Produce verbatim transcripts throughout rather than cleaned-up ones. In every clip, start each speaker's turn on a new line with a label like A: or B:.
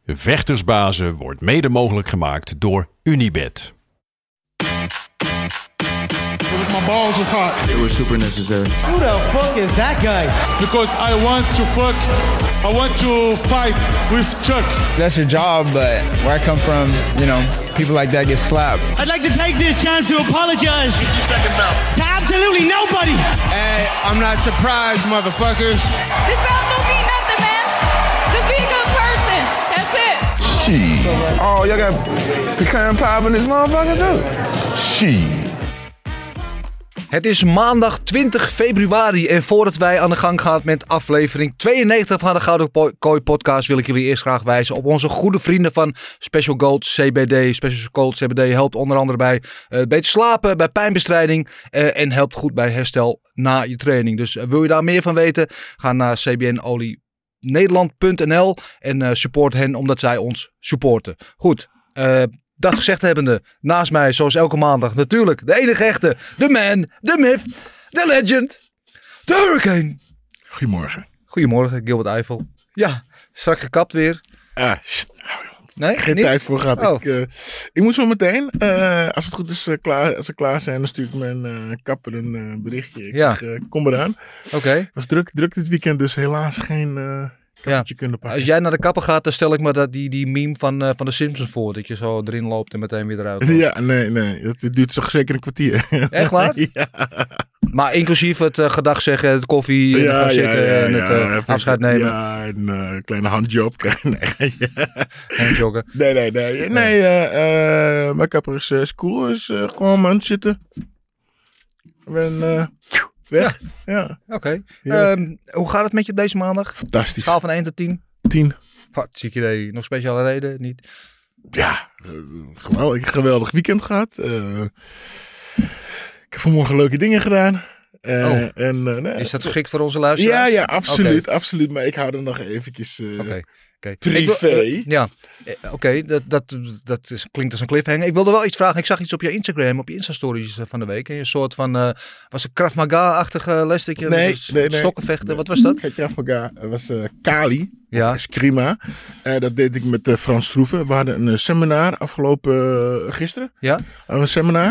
A: Vechtersbazen wordt mede mogelijk gemaakt door Unibet.
B: My balls was hot.
C: It was super necessary.
D: Who the fuck is that guy?
B: Because I want to fuck, I want to fight with Chuck.
E: That's your job, but where I come from, you know, people like that get slapped.
D: I'd like to take this chance to apologize to absolutely nobody.
E: Hey, I'm not surprised, motherfuckers.
F: This belt don't mean nothing, man. Just be a good person. That's it.
G: Shit. Oh, y'all got pecan pie in this motherfucker too? Shit.
H: Het is maandag twintig februari en voordat wij aan de gang gaan met aflevering tweeënnegentig van de Gouden Kooi podcast wil ik jullie eerst graag wijzen op onze goede vrienden van Special Gold C B D. Special Gold C B D helpt onder andere bij uh, beter slapen, bij pijnbestrijding uh, en helpt goed bij herstel na je training. Dus uh, wil je daar meer van weten, ga naar c b n olie nederland punt n l en uh, support hen omdat zij ons supporten. Goed. Uh, Dat gezegd hebbende, naast mij, zoals elke maandag, natuurlijk de enige echte, de man, de myth, de legend, de hurricane.
I: Goedemorgen.
H: Goedemorgen, Gilbert Eiffel. Ja, strak gekapt weer.
I: Ah, shit.
H: Nee,
I: geen
H: niet?
I: tijd voor gehad.
H: Oh.
I: Ik, uh, ik moet zo meteen, uh, als het goed is, uh, klaar, als ze klaar zijn, dan stuur ik mijn uh, kapper een uh, berichtje. Ik
H: ja.
I: zeg, uh, kom eraan.
H: Oké. Okay.
I: Het was druk, druk dit weekend, dus helaas geen... Uh,
H: Ja.
I: Kunnen pakken.
H: Als jij naar de kapper gaat, dan stel ik me dat die, die meme van, uh, van de Simpsons voor. Dat je zo erin loopt en meteen weer eruit loopt.
I: Ja, nee, nee. Het duurt toch zeker een kwartier.
H: Echt waar?
I: Ja.
H: Maar inclusief het uh, gedag zeggen, het koffie, en
I: ja,
H: gaan
I: ja,
H: zitten
I: ja,
H: en
I: ja,
H: het uh,
I: ja,
H: afscheid nemen.
I: Ja, een uh, kleine handjob krijgen. Nee,
H: handjoggen.
I: Nee, nee, nee. Nee, uh, uh, mijn kapper is, uh, is cool. Is uh, gewoon aan het zitten. Ik ben... Uh, Weg. Ja. ja.
H: Oké. Okay. Um, hoe gaat het met je op deze maandag?
I: Fantastisch.
H: Schaal van één tot tien?
I: tien.
H: Wat, zie je idee? Nog speciale reden? Niet?
I: Ja, geweldig, geweldig weekend gehad. Uh, ik heb vanmorgen leuke dingen gedaan. Uh,
H: oh.
I: en, uh, nee,
H: is dat geschikt voor onze luisteraars?
I: Ja, ja, absoluut,
H: okay.
I: absoluut. Maar ik hou er nog eventjes uh,
H: okay. Okay.
I: privé.
H: Wil, uh, ja, oké, okay. dat, dat, dat is, klinkt als een cliffhanger. Ik wilde wel iets vragen. Ik zag iets op je Instagram, op je Insta-stories van de week. Een soort van, uh, was het Krav Maga-achtige les? Dat je
I: nee,
H: dus
I: nee, nee.
H: Stokkenvechten,
I: nee.
H: wat was dat?
I: Geen Krav Maga, het was uh, Kali,
H: ja.
I: Eskrima. Uh, dat deed ik met uh, Frans Stroeven. We hadden een uh, seminar afgelopen uh, gisteren.
H: Ja.
I: Een seminar.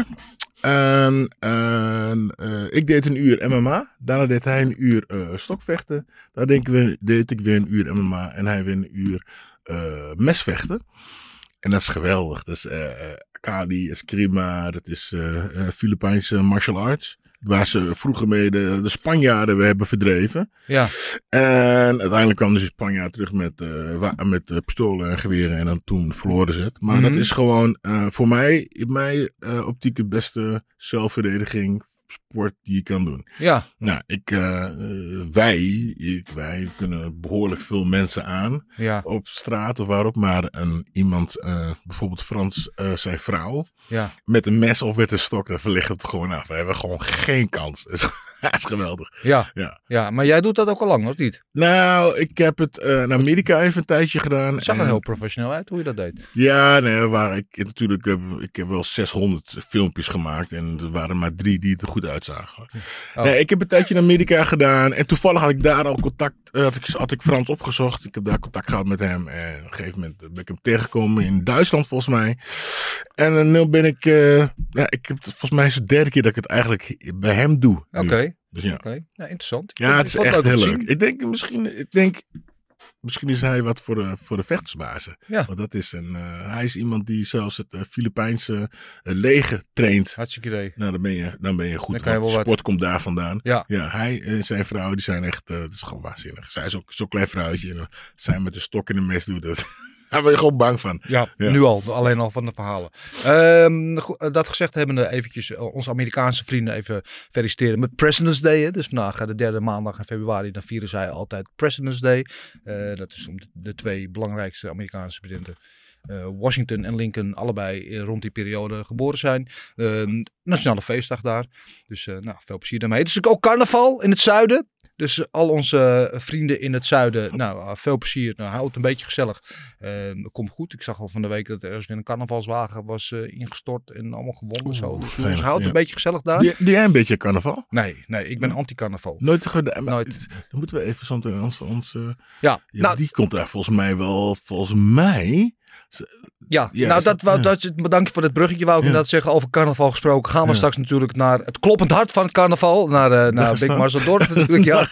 I: En, en uh, ik deed een uur M M A. Daarna deed hij een uur uh, stokvechten. Daar deed ik, weer, deed ik weer een uur M M A. En hij weer een uur uh, mesvechten. En dat is geweldig. Dat is uh, Kali, Eskrima. Dat is uh, uh, Filipijnse martial arts. Waar ze vroeger mee de, de Spanjaarden hebben verdreven.
H: Ja.
I: En uiteindelijk kwam dus de Spanjaard terug met, uh, met uh, pistolen en geweren. En dan toen verloren ze het. Maar mm-hmm. dat is gewoon uh, voor mij, in mijn uh, optiek, de beste zelfverdediging sport die je kan doen.
H: Ja.
I: Nou, ik, uh, wij, ik, wij kunnen behoorlijk veel mensen aan.
H: Ja. Op
I: straat of waarop. Maar een, iemand, uh, bijvoorbeeld Frans, uh, zijn vrouw.
H: Ja.
I: Met een mes of met een stok, dan verlicht het gewoon af. We hebben gewoon geen kans. Dat is geweldig.
H: Ja.
I: Ja.
H: Ja, maar jij doet dat ook al lang, of niet?
I: Nou, ik heb het uh, in Amerika even een tijdje gedaan.
H: Het zag er
I: en...
H: heel professioneel uit hoe je dat deed.
I: Ja, nee, waar ik natuurlijk heb, ik heb wel zeshonderd filmpjes gemaakt en er waren maar drie die er goed uitzagen. Oh. Nee, ik heb een tijdje in Amerika gedaan en toevallig had ik daar al contact, uh, had, ik, had ik Frans opgezocht. Ik heb daar contact gehad met hem en op een gegeven moment ben ik hem tegengekomen in Duitsland volgens mij. En uh, nu ben ik, uh, ja, ik heb het, volgens mij is het de derde keer dat ik het eigenlijk bij hem doe.
H: Oké. Okay.
I: Dus ja.
H: Okay. Nou, interessant.
I: Ja, het is echt heel leuk. Ik denk misschien, ik denk, misschien is hij wat voor de, voor de vechtersbazen.
H: Ja.
I: Want dat is een, uh, hij is iemand die zelfs het uh, Filipijnse uh, leger traint.
H: Hartstikke idee.
I: Nou, dan ben je, dan ben je goed.
H: Dan je
I: sport
H: wat...
I: komt daar vandaan.
H: Ja.
I: Ja, hij en zijn vrouw, die zijn echt, uh, dat is gewoon waanzinnig. Zij is ook zo'n klein vrouwtje. En zij met een stok in de mes doet dat. Daar ben je gewoon bang van.
H: Ja, ja, nu al. Alleen al van de verhalen. Um, dat gezegd hebbende eventjes onze Amerikaanse vrienden even feliciteren met President's Day. Hè. Dus vandaag de derde maandag in februari. Dan vieren zij altijd President's Day. Uh, dat is om de twee belangrijkste Amerikaanse presidenten uh, Washington en Lincoln allebei uh, rond die periode geboren zijn. Uh, nationale feestdag daar. Dus uh, nou, veel plezier daarmee. Het is natuurlijk ook carnaval in het zuiden. Dus uh, al onze uh, vrienden in het zuiden, nou, uh, veel plezier. Nou, houd het een beetje gezellig. Uh, dat komt goed. Ik zag al van de week dat er ergens weer een carnavalswagen was uh, ingestort en allemaal gewonden. Zo. Dus jongens, houd het ja. een beetje gezellig daar.
I: Doe jij een beetje carnaval?
H: Nee, nee, ik ben anti-carnaval.
I: Nooit gedaan.
H: Nooit.
I: Dan moeten we even zo ons, ons uh,
H: ja,
I: ja
H: nou,
I: die komt daar volgens mij wel, volgens mij.
H: Ja, ja, nou dat, dat, dat, dat, bedankt voor het bruggetje. Wou ik ja. inderdaad zeggen, over carnaval gesproken. Gaan we ja. straks natuurlijk naar het kloppend hart van het carnaval. Naar, uh, naar Big Marcel Dorf natuurlijk. Ja.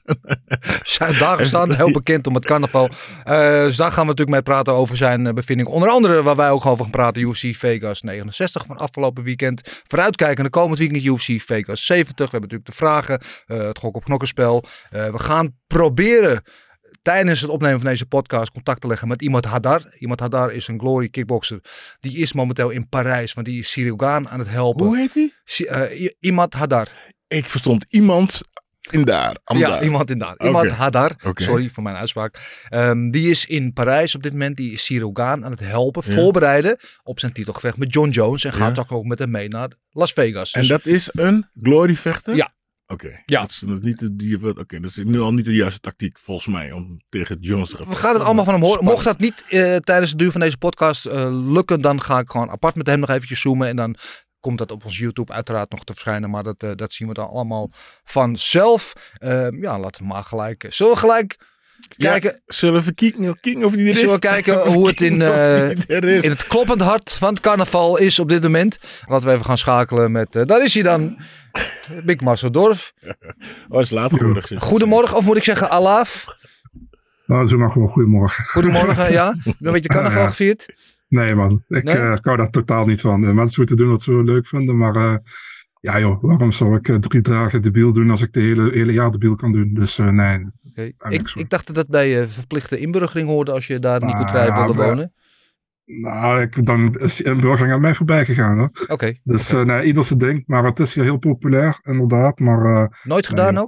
H: Zuid-Dagestan, heel bekend om het carnaval. Uh, dus daar gaan we natuurlijk mee praten over zijn uh, bevinding. Onder andere waar wij ook over gaan praten. U F C Vegas negenenzestig van afgelopen weekend. Vooruitkijken naar komend weekend U F C Vegas zeventig. We hebben natuurlijk de vragen. Uh, het gok op knokkenspel. Uh, we gaan proberen tijdens het opnemen van deze podcast contact te leggen met Imad Haddar. Imad Haddar is een glory kickboxer. Die is momenteel in Parijs, want die is Cyril Gane aan het helpen.
I: Hoe heet die?
H: Uh, Imad Haddar.
I: Ik verstond iemand in daar.
H: Ja,
I: daar.
H: iemand in daar. Imad
I: okay.
H: Haddar.
I: Okay.
H: Sorry voor mijn uitspraak. Um, die is in Parijs op dit moment. Die is Cyril Gane aan het helpen, ja. voorbereiden op zijn titelgevecht met John Jones. En gaat ja. ook met hem mee naar Las Vegas.
I: Dus... En dat is een glory vechter?
H: Ja.
I: Oké, okay.
H: ja.
I: dat is niet de, die, oké, okay. dat is nu al niet de juiste tactiek volgens mij om tegen Jones te gaan.
H: We gaan het allemaal van hem horen. Mocht dat niet uh, tijdens het duur van deze podcast uh, lukken, dan ga ik gewoon apart met hem nog eventjes zoomen en dan komt dat op ons YouTube uiteraard nog te verschijnen, maar dat, uh, dat zien we dan allemaal vanzelf. Uh, ja, laten we maar gelijk. Zullen we gelijk kijken?
I: Ja, zullen we even kijken, kijken of die er is?
H: Zullen we kijken hoe het in, uh, in het kloppend hart van het carnaval is op dit moment? Laten we even gaan schakelen met, uh, daar is hij dan. Big Marcel Dorf.
I: Oh, is later geworden.
H: Goedemorgen, of moet ik zeggen alaaf?
C: Nou, zo nog wel goedemorgen.
H: Goedemorgen, ja. Heb je een beetje carnaval uh, gevierd?
C: Nee man, ik, nee? uh, ik hou daar totaal niet van. Uh, mensen moeten doen wat ze leuk vinden, maar uh, ja joh, waarom zou ik uh, drie dagen debiel doen als ik de hele, hele jaar debiel kan doen? Dus uh, nee.
H: Okay. Ik, ik dacht dat dat bij uh, verplichte inburgering hoorde als je daar niet bedrijf uh, wilde wonen.
C: Nou, ik, dan is een burgering aan mij voorbij gegaan hoor.
H: Oké. Okay,
C: dus
H: okay.
C: Uh, nee, ieder zijn ding. Maar het is hier heel populair, inderdaad. Maar, uh,
H: Nooit gedaan
C: nee,
H: ook?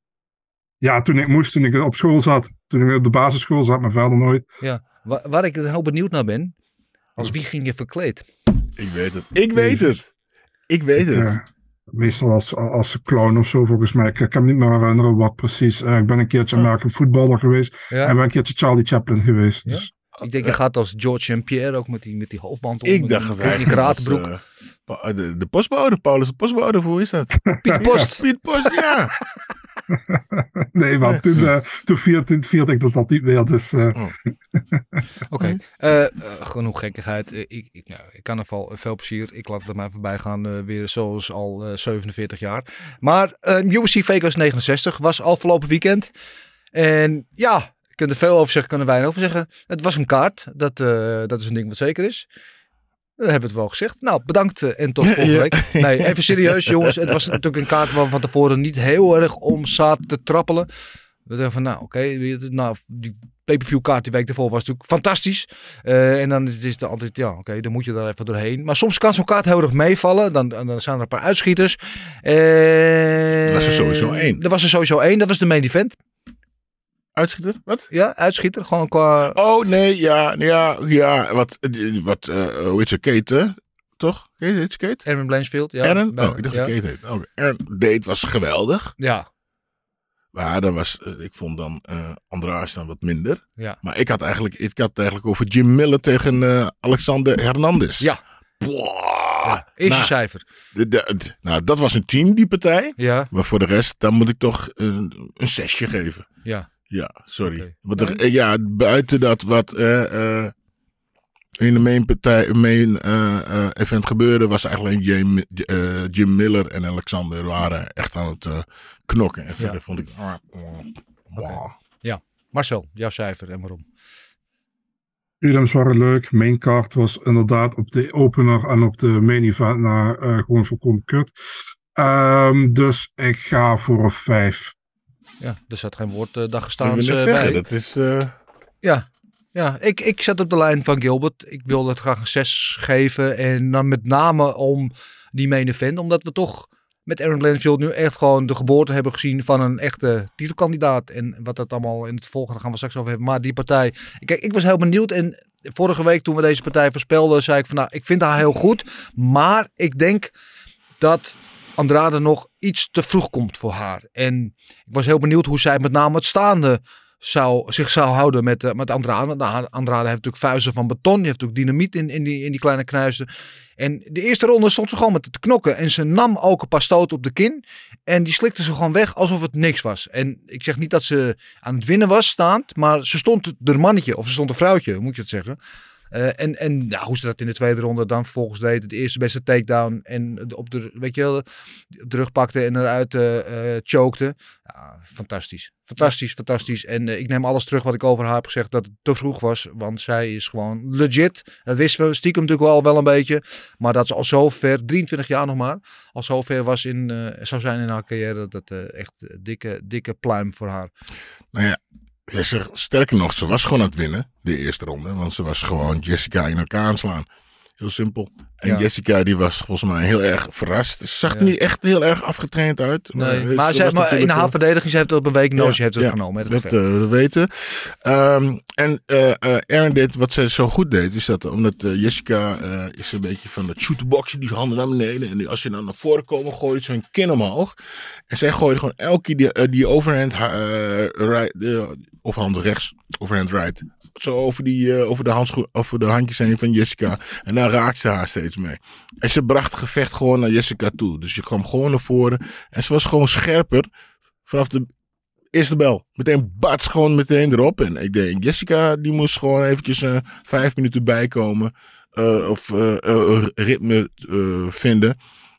C: Ja, toen ik moest, toen ik op school zat. Toen ik op de basisschool zat, maar verder nooit.
H: Ja, waar, waar ik heel benieuwd naar ben. Als wie ging je verkleed?
I: Ik weet het. Ik weet het. Ik weet het.
C: Uh, meestal als, als clown of zo, volgens mij. Ik kan me niet meer herinneren wat precies. Uh, ik ben een keertje oh. American voetballer geweest. Ja. En ben een keertje Charlie Chaplin geweest. Ja? Dus.
H: Ik denk, je gaat als George Saint Pierre ook met die, met die halfband om.
I: Ik dacht dat hij
H: die karatenbroek.
I: Uh, de, de postbode, Paulus de postbode, hoe is dat?
H: Piet Post.
I: Ja, Piet Post, ja.
C: Nee, man, nee. toen, uh, toen, vierde, vierde ik dat dat niet meer. Dus, uh.
H: oh. Oké, okay. uh, uh, genoeg gekkigheid. Uh, ik, ik, nou, ik kan er wel veel plezier. Ik laat het maar voorbij gaan, uh, weer zoals al uh, zevenenveertig jaar. Maar uh, U F C Vegas negenenzestig was afgelopen weekend. En ja, je kunt er veel over zeggen, kunnen wij over zeggen. Het was een kaart, dat, uh, dat is een ding wat zeker is. Dan hebben we het wel gezegd. Nou, bedankt uh, en tot volgende
I: ja.
H: week. Nee, even serieus jongens. Het was natuurlijk een kaart waar we van tevoren niet heel erg om zaten te trappelen. We dachten van, nou oké, okay, nou, die pay-per-view kaart die week ervoor was natuurlijk fantastisch. Uh, en dan is het altijd, ja oké, okay, dan moet je daar even doorheen. Maar soms kan zo'n kaart heel erg meevallen. Dan, dan zijn er een paar uitschieters. Uh,
I: er was er sowieso één.
H: Er was er sowieso één, dat was de main event.
I: Uitschieter? Wat?
H: Ja, uitschieter. Gewoon qua...
I: Oh, nee, ja, ja, ja. Wat, wat uh, hoe heet ze? Kate, hè? Toch? Heet ze Kate?
H: Aaron Blanchfield, ja.
I: Aaron?
H: Bij,
I: oh, ik dacht
H: ja.
I: dat Kate heet. Oh, Aaron Date was geweldig.
H: Ja.
I: Maar dat was, uh, ik vond dan uh, Andrade dan wat minder.
H: Ja.
I: Maar ik had eigenlijk, ik had eigenlijk over Jim Miller tegen uh, Alexander Hernandez.
H: Ja. Ja, eerste
I: nou,
H: cijfer.
I: De, de, de, nou, dat was een team, die partij.
H: Ja.
I: Maar voor de rest, dan moet ik toch uh, een zesje geven.
H: Ja.
I: Ja, sorry.
H: Okay.
I: Want er, ja, buiten dat wat uh, uh, in de main, partij, main uh, uh, event gebeurde, was eigenlijk Jim, uh, Jim Miller en Alexander waren echt aan het uh, knokken. En verder ja. vond ik... Uh,
H: okay. Ja, Marcel, jouw cijfer en waarom?
C: Prelims waren leuk. Main card was inderdaad op de opener en op de main event naar uh, gewoon volkomen kut. Um, dus ik ga voor een vijf.
H: Ja, er zat geen woord uh, dag gestaan uh,
I: zeggen,
H: bij.
I: Dat is... Uh...
H: Ja, ja ik, ik zat op de lijn van Gilbert. Ik wilde het graag een zes geven. En dan met name om die main event. Omdat we toch met Aaron Blanchfield nu echt gewoon de geboorte hebben gezien van een echte titelkandidaat. En wat dat allemaal in het volgende gaan we straks over hebben. Maar die partij... Kijk, ik was heel benieuwd. En vorige week toen we deze partij voorspelden, zei ik van nou, ik vind haar heel goed. Maar ik denk dat Andrade nog iets te vroeg komt voor haar. En ik was heel benieuwd hoe zij met name het staande zou, zich zou houden met, uh, met Andrade. Nou, Andrade heeft natuurlijk vuisten van beton. Die heeft ook dynamiet in, in, die, in die kleine knuisten. En de eerste ronde stond ze gewoon met te knokken. En ze nam ook een paar stoten op de kin. En die slikte ze gewoon weg alsof het niks was. En ik zeg niet dat ze aan het winnen was staand. Maar ze stond er mannetje. Of ze stond een vrouwtje, hoe moet je het zeggen. Uh, en en ja, hoe ze dat in de tweede ronde dan vervolgens deed. De eerste beste takedown. En op de, weet je wel, op de rug pakte en eruit uh, uh, chokte. Ja, fantastisch. Fantastisch, fantastisch. En uh, ik neem alles terug wat ik over haar heb gezegd. Dat het te vroeg was. Want zij is gewoon legit. Dat wisten we stiekem natuurlijk wel, wel een beetje. Maar dat ze al zo ver, drieëntwintig jaar nog maar. Al zo ver was in, uh, zou zijn in haar carrière. Dat uh, echt uh, dikke, dikke pluim voor haar.
I: Nou ja. Sterker nog, ze was gewoon aan het winnen, de eerste ronde. Want ze was gewoon Jessica in elkaar aan het slaan. Heel simpel. En ja. Jessica die was volgens mij heel erg verrast. Ze zag er ja. niet echt heel erg afgetraind uit.
H: Nee, maar, maar, ze ze maar in haar verdediging, ze heeft het op een week nodig. Ja, heeft het
I: ja,
H: genomen. Hè,
I: dat dat uh, we weten. Um, en uh, uh, Aaron deed wat ze zo goed deed. Is dat omdat uh, Jessica uh, is een beetje van het shooterboxen. Die handen naar beneden. En die, als je dan naar voren komt, gooit ze hun kin omhoog. En zij gooide gewoon elke keer die, uh, die overhand uh, right, uh, of hand rechts, overhand right. Zo over, die, uh, over, de handschoen, over de handjes heen van Jessica. En daar raakte ze haar steeds mee. En ze bracht het gevecht gewoon naar Jessica toe. Dus je kwam gewoon naar voren. En ze was gewoon scherper vanaf de eerste bel. Meteen bats gewoon meteen erop. En ik denk, Jessica die moest gewoon eventjes uh, vijf minuten bijkomen. Uh, of uh, uh, ritme uh, vinden.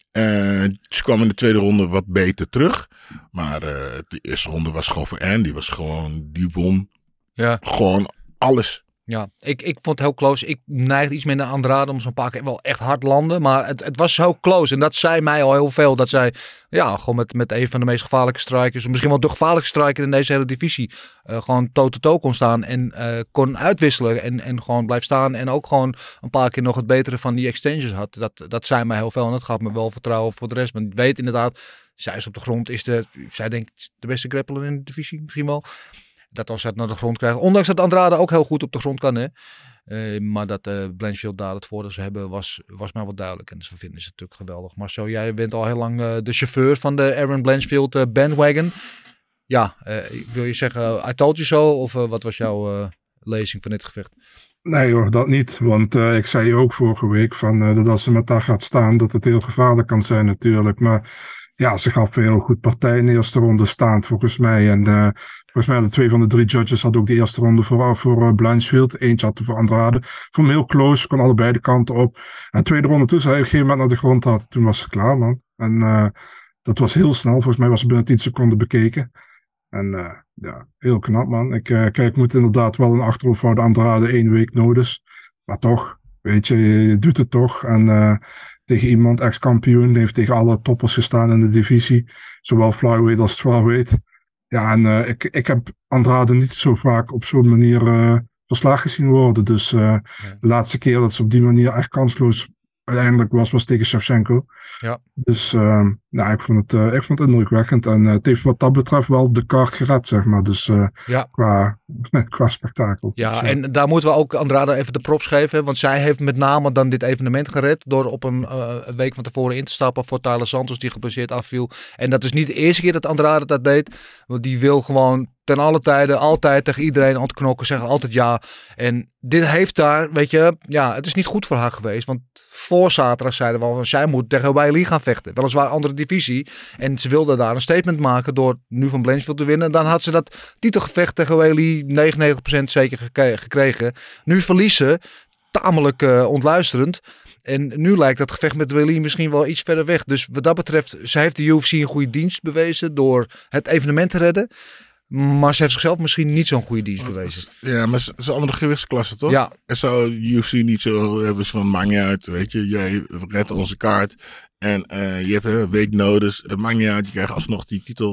I: En ze kwam in de tweede ronde wat beter terug. Maar uh, de eerste ronde was gewoon voor Anne. Die was gewoon, die won.
H: Ja.
I: Gewoon alles.
H: Ja, ik, ik vond het heel close. Ik neigde iets meer naar Andrade om zo'n paar keer wel echt hard landen. Maar het, het was zo close. En dat zei mij al heel veel. Dat zij ja, gewoon met, met een van de meest gevaarlijke strikers. Misschien wel de gevaarlijkste striker in deze hele divisie. Uh, gewoon toe-to-toe kon staan. En uh, kon uitwisselen. En, en gewoon blijft staan. En ook gewoon een paar keer nog het betere van die extensions had. Dat, dat zei mij heel veel. En dat gaf me wel vertrouwen voor de rest. Want ik weet inderdaad. Zij is op de grond. Is de, zij denkt de beste grappler in de divisie. Misschien wel. Dat als ze het naar de grond krijgen. Ondanks dat Andrade ook heel goed op de grond kan. Hè? Uh, maar dat uh, Blanchfield daar het voordeel ze hebben was, was maar wat duidelijk. En ze vinden ze natuurlijk geweldig. Maar zo, jij bent al heel lang uh, de chauffeur van de Aaron Blanchfield uh, bandwagon. Ja, uh, wil je zeggen I told you so? Of uh, wat was jouw uh, lezing van dit gevecht?
C: Nee hoor, dat niet. Want uh, ik zei ook vorige week van, uh, dat als ze met haar gaat staan, dat het heel gevaarlijk kan zijn natuurlijk. Maar ja, ze gaf een heel goed partij in de eerste ronde staand volgens mij. En uh, volgens mij hadden twee van de drie judges hadden ook de eerste ronde voor, voor uh, Blanchfield. Eentje had voor Andrade. Vond hem heel close, kon allebei de kanten op. En de tweede ronde toen ze op een gegeven moment naar de grond had, toen was ze klaar man. En uh, dat was heel snel, volgens mij was ze binnen tien seconden bekeken. En uh, ja, heel knap man. Ik, uh, kijk, ik moet inderdaad wel een achterhoofd houden, Andrade één week nodig. Maar toch, weet je, je doet het toch. En uh, tegen iemand, ex-kampioen, die heeft tegen alle toppers gestaan in de divisie. Zowel flyweight als strawweight. Ja, en uh, ik, ik heb Andrade niet zo vaak op zo'n manier uh, verslagen zien worden. Dus uh, ja. de laatste keer dat ze op die manier echt kansloos uiteindelijk was, was tegen Shevchenko.
H: Ja.
C: Dus uh, nou, ik vond het, uh, ik vond het indrukwekkend. En uh, het heeft wat dat betreft wel de kaart gered, zeg maar. Dus uh,
H: ja.
C: qua, qua spektakel.
H: Ja,
C: dus, uh,
H: en daar moeten we ook Andrade even de props geven. Want zij heeft met name dan dit evenement gered. Door op een, uh, een week van tevoren in te stappen voor Tyler Santos, die geblesseerd afviel. En dat is niet de eerste keer dat Andrade dat deed. Want die wil gewoon ten alle tijden, altijd tegen iedereen aan het knokken, zeggen altijd ja. En dit heeft daar, weet je, ja, het is niet goed voor haar geweest. Want voor zaterdag zeiden we al, zij moet tegen Weili gaan vechten. Weliswaar andere divisie. En ze wilde daar een statement maken door nu van Blanchfield te winnen. Dan had ze dat titelgevecht tegen Weili negenennegentig procent zeker gekregen. Nu verliezen, tamelijk uh, ontluisterend. En nu lijkt dat gevecht met Weili misschien wel iets verder weg. Dus wat dat betreft, ze heeft de U F C een goede dienst bewezen door het evenement te redden. Maar ze heeft zichzelf misschien niet zo'n goede dienst bewezen.
I: Ja, maar het is een andere gewichtsklasse, toch?
H: Ja.
I: En zou U F C niet zo hebben van, maakt niet uit, weet je. Jij redt onze kaart en uh, je hebt een week nodig. Het maakt niet uit, je krijgt alsnog die titel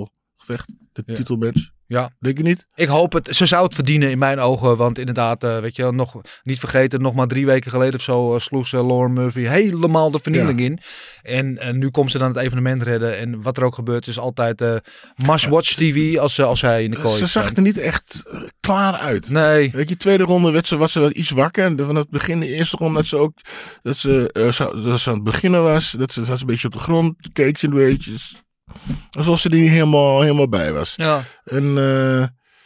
I: titelgevecht. De
H: Ja.
I: titelmatch.
H: Ja.
I: Denk je niet?
H: Ik hoop het. Ze zou het verdienen in mijn ogen. Want inderdaad, uh, weet je, nog niet vergeten, nog maar drie weken geleden of zo uh, sloeg ze Lauren Murphy helemaal de vernieling ja. in. En uh, nu komt ze dan het evenement redden. En wat er ook gebeurt is altijd uh, must-watch T V als, uh, als hij in de kooi is.
I: Ze zag er niet echt uh, klaar uit.
H: Nee.
I: Weet je, tweede ronde werd ze, was ze wel iets wakker. En van het begin, de eerste ronde, dat ze ook, dat ze, uh, zo, dat ze aan het beginnen was. Dat ze, dat ze een beetje op de grond keek ze een beetje. Alsof ze er niet helemaal, helemaal bij was.
H: Ja.
I: En uh,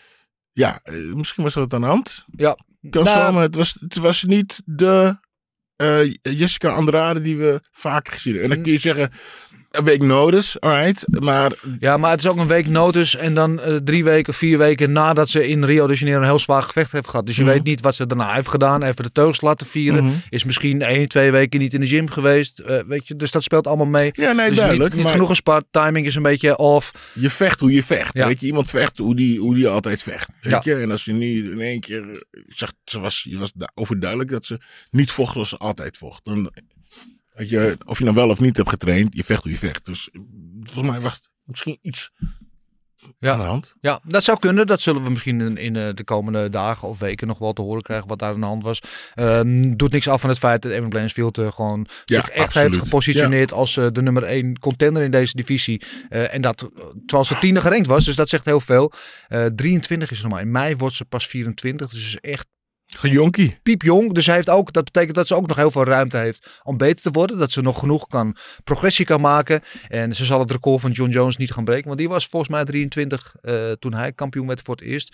I: ja, misschien was dat aan de hand.
H: Ja.
I: Kan nou, zo, maar het was, het was niet de uh, Jessica Andrade die we vaker gezien hebben. En dan kun je zeggen, een week notice, alright. Maar...
H: Ja, maar het is ook een week notice en dan uh, drie weken, vier weken nadat ze in Rio de Janeiro een heel zwaar gevecht heeft gehad. Dus je mm-hmm. weet niet wat ze daarna heeft gedaan. Even de teugels laten vieren. Mm-hmm. Is misschien één, twee weken niet in de gym geweest. Uh, weet je, dus dat speelt allemaal mee.
I: Ja, nee,
H: dus
I: duidelijk.
H: Niet, niet
I: maar...
H: genoeg gespart. Timing is een beetje off.
I: Je vecht hoe je vecht.
H: Ja.
I: Weet je, iemand vecht hoe die, hoe die altijd vecht. Weet
H: ja.
I: je? En als je nu in één keer zegt, ze was, je was overduidelijk dat ze niet vocht zoals ze altijd vocht. Dan... Weet je, of je nou wel of niet hebt getraind, je vecht hoe je vecht. Dus volgens mij was het misschien iets
H: ja.
I: aan de hand.
H: Ja, dat zou kunnen. Dat zullen we misschien in, in de komende dagen of weken nog wel te horen krijgen wat daar aan de hand was. Um, doet niks af van het feit dat Evan Blanchfield uh, gewoon ja, zich echt absoluut. heeft gepositioneerd ja. als uh, de nummer één contender in deze divisie. Uh, en dat uh, terwijl ze tiende gerankt was, dus dat zegt heel veel. Uh, drieëntwintig is ze nog maar. In mei wordt ze pas vierentwintig, dus is echt
I: Gejonkie.
H: Piepjong. Dus hij heeft ook, dat betekent dat ze ook nog heel veel ruimte heeft om beter te worden. Dat ze nog genoeg kan, progressie kan maken. En ze zal het record van John Jones niet gaan breken. Want die was volgens mij drieëntwintig uh, toen hij kampioen werd voor het eerst.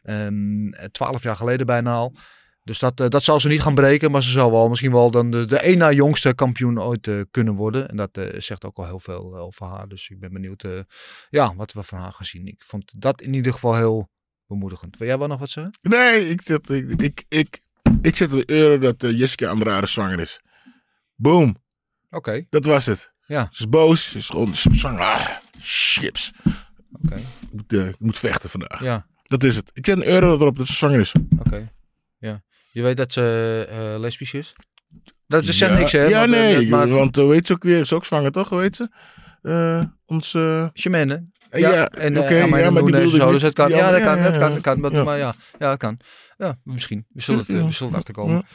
H: Um, twaalf jaar geleden bijna al. Dus dat, uh, dat zal ze niet gaan breken. Maar ze zal wel misschien wel dan de, de één na jongste kampioen ooit uh, kunnen worden. En dat uh, zegt ook al heel veel uh, over haar. Dus ik ben benieuwd uh, ja, wat we van haar gaan zien. Ik vond dat in ieder geval heel bemoedigend. Wil jij wel nog wat zeggen?
I: Nee, ik, dat, ik, ik, ik, ik zet de euro dat uh, Jessica Andrade zwanger is. Boom.
H: Oké. Okay.
I: Dat was het.
H: Ja.
I: Ze is boos. Ze is gewoon zwanger. Ah, chips.
H: Oké. Okay.
I: Ik moet, uh, ik moet vechten vandaag.
H: Ja.
I: Dat is het. Ik zet een euro erop dat ze zwanger is.
H: Oké. Okay. Ja. Je weet dat ze uh, lesbisch is? Dat is ja, niks, hè?
I: Ja,
H: want,
I: nee.
H: Uh, maar...
I: Want hoe heet ze ook weer? Is ook zwanger, toch? Hoe heet ze? Uh, ons... Uh...
H: Chimene.
I: Ja,
H: ja, en
I: okay,
H: uh,
I: ja, maar die bedoelde
H: zo, dus het kan. Ja, dat
I: ja,
H: kan,
I: ja,
H: dat
I: ja,
H: kan, dat kan. Maar,
I: ja.
H: maar ja, ja, dat kan. Ja, misschien. We zullen het, we zullen het achterkomen.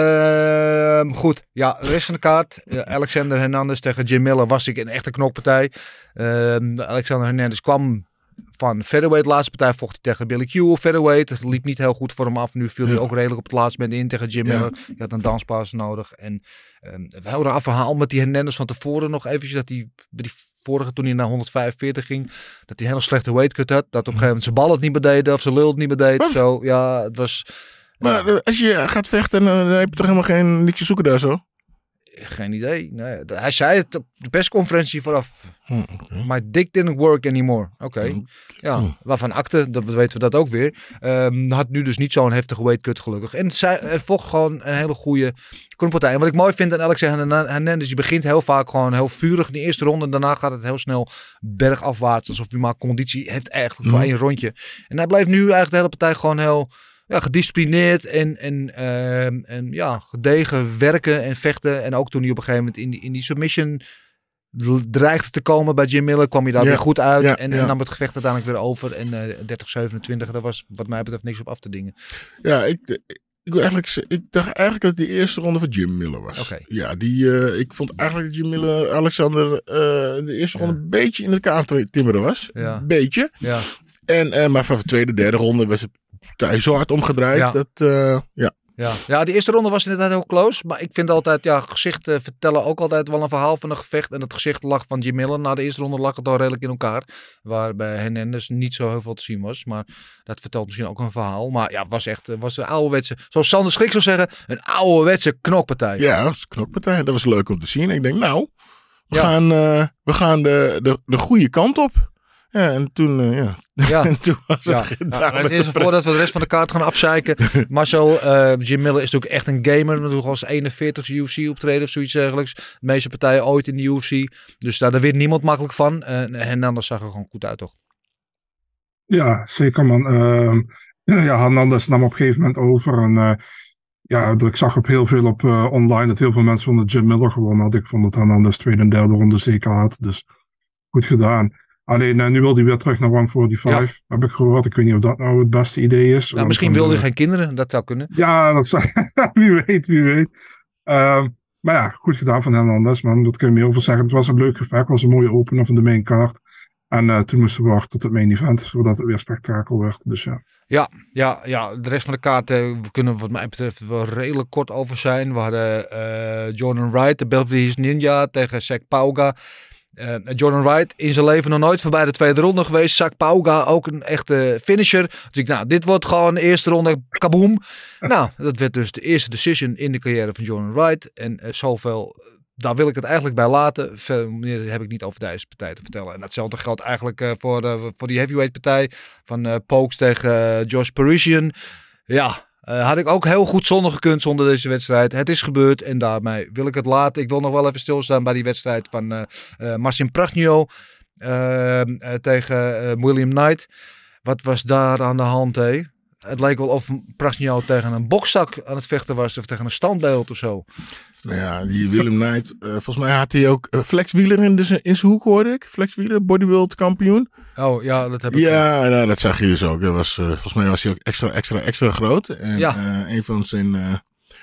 I: Ja.
H: Uh, goed, ja, de rest van de kaart. Uh, Alexander Hernandez tegen Jim Miller was ik een echte knokpartij. Uh, Alexander Hernandez kwam van featherweight. De laatste partij vocht hij tegen Billy Q op featherweight. Het liep niet heel goed voor hem af. Nu viel ja. hij ook redelijk op het laatste moment in tegen Jim ja. Miller. Hij had een danspaas nodig. En um, we hadden een verhaal met die Hernandez van tevoren nog eventjes. Dat hij bij die vorige, toen hij naar honderdvijfenveertig ging, dat hij een hele slechte weightcut had. Dat op een gegeven moment zijn bal het niet meer deed of zijn lul het niet meer deed. Zo, ja, het was...
I: Maar
H: ja.
I: als je gaat vechten, dan heb je toch helemaal geen niks te zoeken daar zo?
H: Geen idee. Nee, hij zei het op de persconferentie vooraf.
I: Hm, okay.
H: My dick didn't work anymore. Oké. Okay. Hm. Ja, hm. waarvan akte, dat weten we dat ook weer. Um, had nu dus niet zo'n heftige weightcut gelukkig. En zij uh, vocht gewoon een hele goede knokpartij. En wat ik mooi vind aan Alexander Hernandez, die begint heel vaak gewoon heel vurig in de eerste ronde. En daarna gaat het heel snel bergafwaarts. Alsof hij maar conditie heeft eigenlijk voor hm. één rondje. En hij blijft nu eigenlijk de hele partij gewoon heel... Ja, gedisciplineerd en, en, uh, en ja, gedegen werken en vechten. En ook toen hij op een gegeven moment in die, in die submission dreigde te komen bij Jim Miller, kwam hij daar ja, weer goed uit. Ja, en, ja. en nam het gevecht uiteindelijk weer over. En uh, dertig zevenentwintig, daar was wat mij betreft niks op af te dingen.
I: Ja, ik, ik, ik, eigenlijk, ik dacht eigenlijk dat het de eerste ronde van Jim Miller was.
H: Okay.
I: Ja, die, uh, ik vond eigenlijk dat Jim Miller, Alexander, uh, de eerste ronde ja. een beetje in elkaar timmeren was.
H: Ja.
I: Een beetje.
H: Ja.
I: En, uh, maar van de tweede, derde ronde was het hij zo hard omgedraaid.
H: Ja.
I: Dat, uh, ja.
H: Ja. ja, de eerste ronde was inderdaad heel close. Maar ik vind altijd, ja, gezichten vertellen ook altijd wel een verhaal van een gevecht. En het gezicht lag van Jim Miller. Na de eerste ronde lag het al redelijk in elkaar. Waar bij Hernandez niet zo heel veel te zien was. Maar dat vertelt misschien ook een verhaal. Maar ja, het was echt was een ouderwetse, zoals Sander Schrik zou zeggen, een ouderwetse knokpartij.
I: Ja, dat was een knokpartij. Dat was leuk om te zien. Ik denk, nou, we
H: ja.
I: gaan, uh, we gaan de, de, de goede kant op. Ja, en toen, uh, ja.
H: Ja.
I: en toen was het
H: ja.
I: gedaan.
H: Nou, het is voordat we de rest van de kaart gaan afzeiken. Marcel, uh, Jim Miller is natuurlijk echt een gamer. Natuurlijk als eenenveertigste U F C optreden of zoiets dergelijks. De meeste partijen ooit in de U F C. Dus daar, daar weet niemand makkelijk van. Uh, en Hernandez zag er gewoon goed uit, toch?
C: Ja, zeker man. Uh, ja, Hernandez nam op een gegeven moment over. En uh, ja, ik zag op heel veel op uh, online dat heel veel mensen vonden Jim Miller gewonnen had. Ik vond dat Hernandez tweede en derde ronde zeker had. Dus goed gedaan. Alleen uh, nu wil hij weer terug naar one forty-five. Ja. Heb ik gehoord. Ik weet niet of dat nou het beste idee is.
H: Nou, misschien wil hij uh, geen kinderen. Dat zou kunnen.
C: Ja, dat zou, wie weet, wie weet. Uh, maar ja, goed gedaan van Hernandez, man. Dat kun je meer over zeggen. Het was een leuk gevecht. Het was een mooie opener van de main card. En uh, toen moesten we wachten tot het main event. Zodat het weer spektakel werd. Dus ja.
H: Ja, ja, ja, de rest van de kaart uh, we kunnen wat mij betreft wel redelijk kort over zijn. We hadden uh, Jordan Wright, de Belfast Ninja tegen Zac Pauga. Uh, Jordan Wright in zijn leven nog nooit voorbij de tweede ronde geweest. Zac Pauga ook een echte finisher. Dus ik, nou, dit wordt gewoon de eerste ronde, kaboom. Nou, dat werd dus de eerste decision in de carrière van Jordan Wright. En uh, zoveel, daar wil ik het eigenlijk bij laten. Veel meer heb ik niet over deze partij te vertellen. En datzelfde geldt eigenlijk uh, voor, de, voor die heavyweight partij van uh, Pokes tegen uh, Josh Parisian. Ja, uh, had ik ook heel goed zonder gekund zonder deze wedstrijd. Het is gebeurd en daarmee wil ik het laten. Ik wil nog wel even stilstaan bij die wedstrijd van uh, uh, Marcin Prachnio uh, uh, tegen uh, William Knight. Wat was daar aan de hand, hé? Het leek wel of Prachnio tegen een bokzak aan het vechten was of tegen een standbeeld of zo.
I: Nou ja, die William Knight, uh, volgens mij had hij ook uh, Flex Wheeler in, de, in zijn hoek, hoorde ik. Flex Wheeler, bodybuild kampioen.
H: Oh ja, dat heb ik.
I: Ja, nou, dat zag je dus ook. Dat was, uh, volgens mij was hij ook extra, extra, extra groot. En
H: ja.
I: uh, een van zijn uh,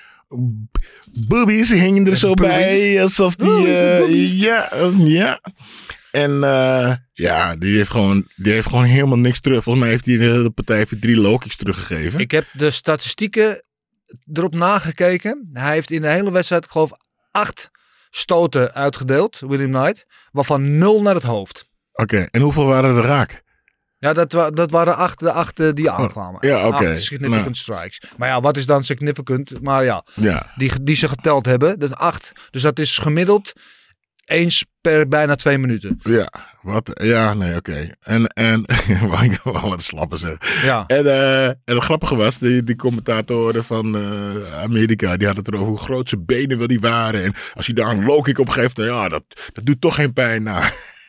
I: boobies hingen er zo boobies. bij. Alsof die, uh, ja, ja. En uh, ja, die heeft, gewoon, die heeft gewoon helemaal niks terug. Volgens mij heeft hij de hele partij voor drie low kicks teruggegeven.
H: Ik heb de statistieken erop nagekeken. Hij heeft in de hele wedstrijd, ik geloof, acht stoten uitgedeeld, William Knight. Waarvan nul naar het hoofd.
I: Oké, okay, en hoeveel waren er raak?
H: Ja, dat, wa- dat waren acht, de acht die aankwamen.
I: Oh, ja, oké. Okay.
H: Acht significant nou. strikes. Maar ja, wat is dan significant? Maar ja,
I: ja.
H: Die, die ze geteld hebben, dat acht. Dus dat is gemiddeld eens per bijna twee minuten.
I: Ja, wat? Ja, nee, oké. Okay. En, en, wou ik wel wat slappen zeggen.
H: Ja.
I: En, uh, en het grappige was, die, die commentatoren van uh, Amerika, die hadden het erover hoe groot zijn benen wel die waren. En als hij daar een low kick op geeft, dan ja, dat, dat doet toch geen pijn. Nou.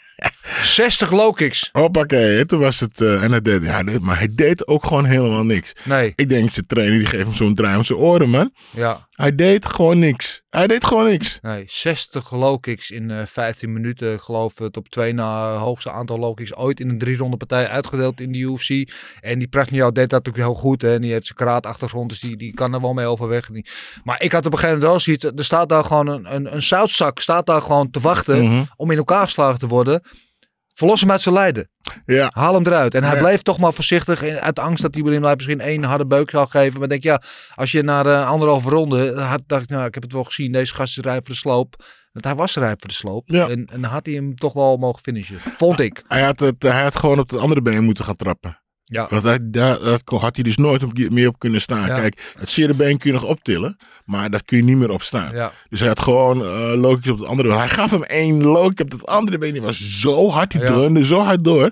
H: zestig low kicks.
I: Hoppakee, toen was het, uh, en hij deed, ja, maar hij deed ook gewoon helemaal niks.
H: Nee.
I: Ik denk, zijn trainer, die geeft hem zo'n draai om zijn oren, man.
H: Ja.
I: Hij deed gewoon niks. Hij deed gewoon niks.
H: Nee, zestig low kicks in uh, vijftien minuten. Geloof het op twee na hoogste aantal low kicks ooit in een drie ronde partij uitgedeeld in de U F C. En die Prachnio deed dat natuurlijk heel goed. Hè? En die heeft zijn karaatachtergrond, dus die, die kan er wel mee overweg. Maar ik had op een gegeven moment wel zoiets. Er staat daar gewoon een, een, een zoutzak staat daar gewoon te wachten mm-hmm. om in elkaar geslagen te worden. Verlos hem uit zijn lijden.
I: Ja.
H: Haal hem eruit. En hij
I: ja.
H: bleef toch maar voorzichtig. Uit angst dat hij William Knight misschien één harde beuk zou geven. Maar denk ja, als je naar uh, anderhalve ronde had, dacht ik, nou, ik heb het wel gezien. Deze gast is rijp voor de sloop. Want hij was rijp voor de sloop.
I: Ja.
H: En, en had hij hem toch wel mogen finishen. Vond ik.
I: Hij had, het, hij had gewoon op het andere been moeten gaan trappen.
H: Ja.
I: Want hij, daar, daar had hij dus nooit op, meer op kunnen staan. Ja. Kijk, het zere been kun je nog optillen. Maar daar kun je niet meer op staan.
H: Ja.
I: Dus hij had gewoon uh, low kicks op het andere been. Hij gaf hem één low kick op het andere been. Die was zo hard. Die ja. dreunde zo hard door.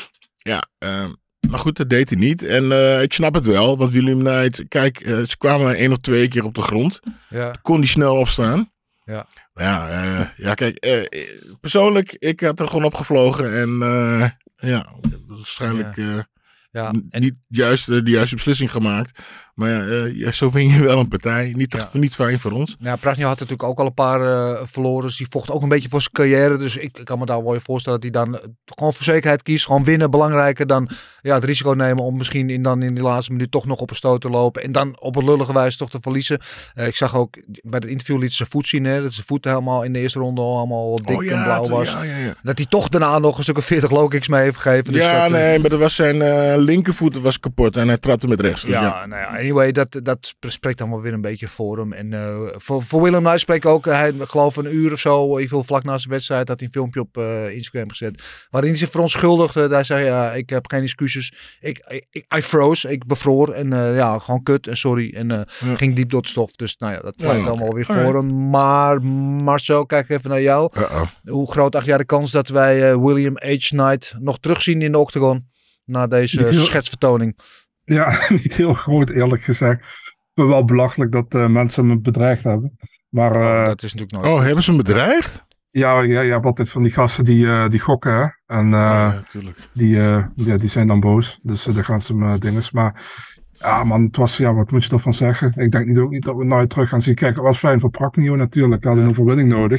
I: Ja, uh, maar goed, dat deed hij niet. En uh, ik snap het wel. Want William Knight, kijk, uh, ze kwamen één of twee keer op de grond.
H: Ja.
I: Kon hij snel opstaan.
H: Ja.
I: Ja, uh, ja, kijk, uh, persoonlijk, ik had er gewoon opgevlogen. En uh, ja, waarschijnlijk... Uh,
H: Ja,
I: en niet juist uh, de juiste beslissing gemaakt. Maar ja, uh, ja, zo win je wel een partij. Niet, ja. niet fijn voor ons.
H: Ja, Prachnio had natuurlijk ook al een paar uh, verloren. Dus die vocht ook een beetje voor zijn carrière. Dus ik, ik kan me daar wel je voorstellen dat hij dan uh, gewoon voor zekerheid kiest. Gewoon winnen, belangrijker dan ja, het risico nemen om misschien in, dan in die laatste minuut toch nog op een stoot te lopen. En dan op een lullige wijze toch te verliezen. Uh, ik zag ook bij het interview liet zijn voet zien. Hè, dat zijn voet helemaal in de eerste ronde al allemaal dik
I: oh, ja,
H: en blauw was.
I: Ja, ja, ja.
H: Dat hij toch daarna nog een stuk of veertig low kicks mee heeft gegeven. Dus
I: ja,
H: dat,
I: nee, uh, maar dat was zijn uh, linkervoet was kapot en hij trapte met rechts. Dus
H: ja,
I: ja,
H: nou ja, anyway, dat, dat spreekt dan wel weer een beetje voor hem. En uh, voor, voor William Knight spreekt ook, hij geloof een uur of zo, even vlak na zijn wedstrijd, had hij een filmpje op uh, Instagram gezet. Waarin hij zich verontschuldigde. Hij zei, ja, ik heb geen excuses. Ik, ik, I froze, ik bevroor. En uh, ja, gewoon kut en sorry. En uh, ja. ging diep door de stof. Dus nou ja, dat pleit ja, allemaal okay. weer voor hem. Maar Marcel, kijk even naar jou.
I: Uh-oh.
H: Hoe groot acht jij de kans dat wij uh, William H. Knight nog terugzien in de octagon? Na deze heel... schetsvertoning.
C: Ja, niet heel groot eerlijk gezegd. Ik vind wel belachelijk dat uh, mensen hem bedreigd hebben. Maar, uh,
H: oh, dat is natuurlijk nooit.
I: Oh, hebben ze hem bedreigd?
C: Ja, ja, je hebt altijd van die gasten die, uh, die gokken. Hè? En uh,
I: ja,
C: die, uh, ja, die zijn dan boos. Dus uh, daar gaan ze hem uh, dinges. Maar ja man, het was, ja, wat moet je ervan zeggen? Ik denk niet, ook niet dat we nooit terug gaan zien. Kijk, het was fijn voor Prachnio natuurlijk. Hij had een overwinning nodig.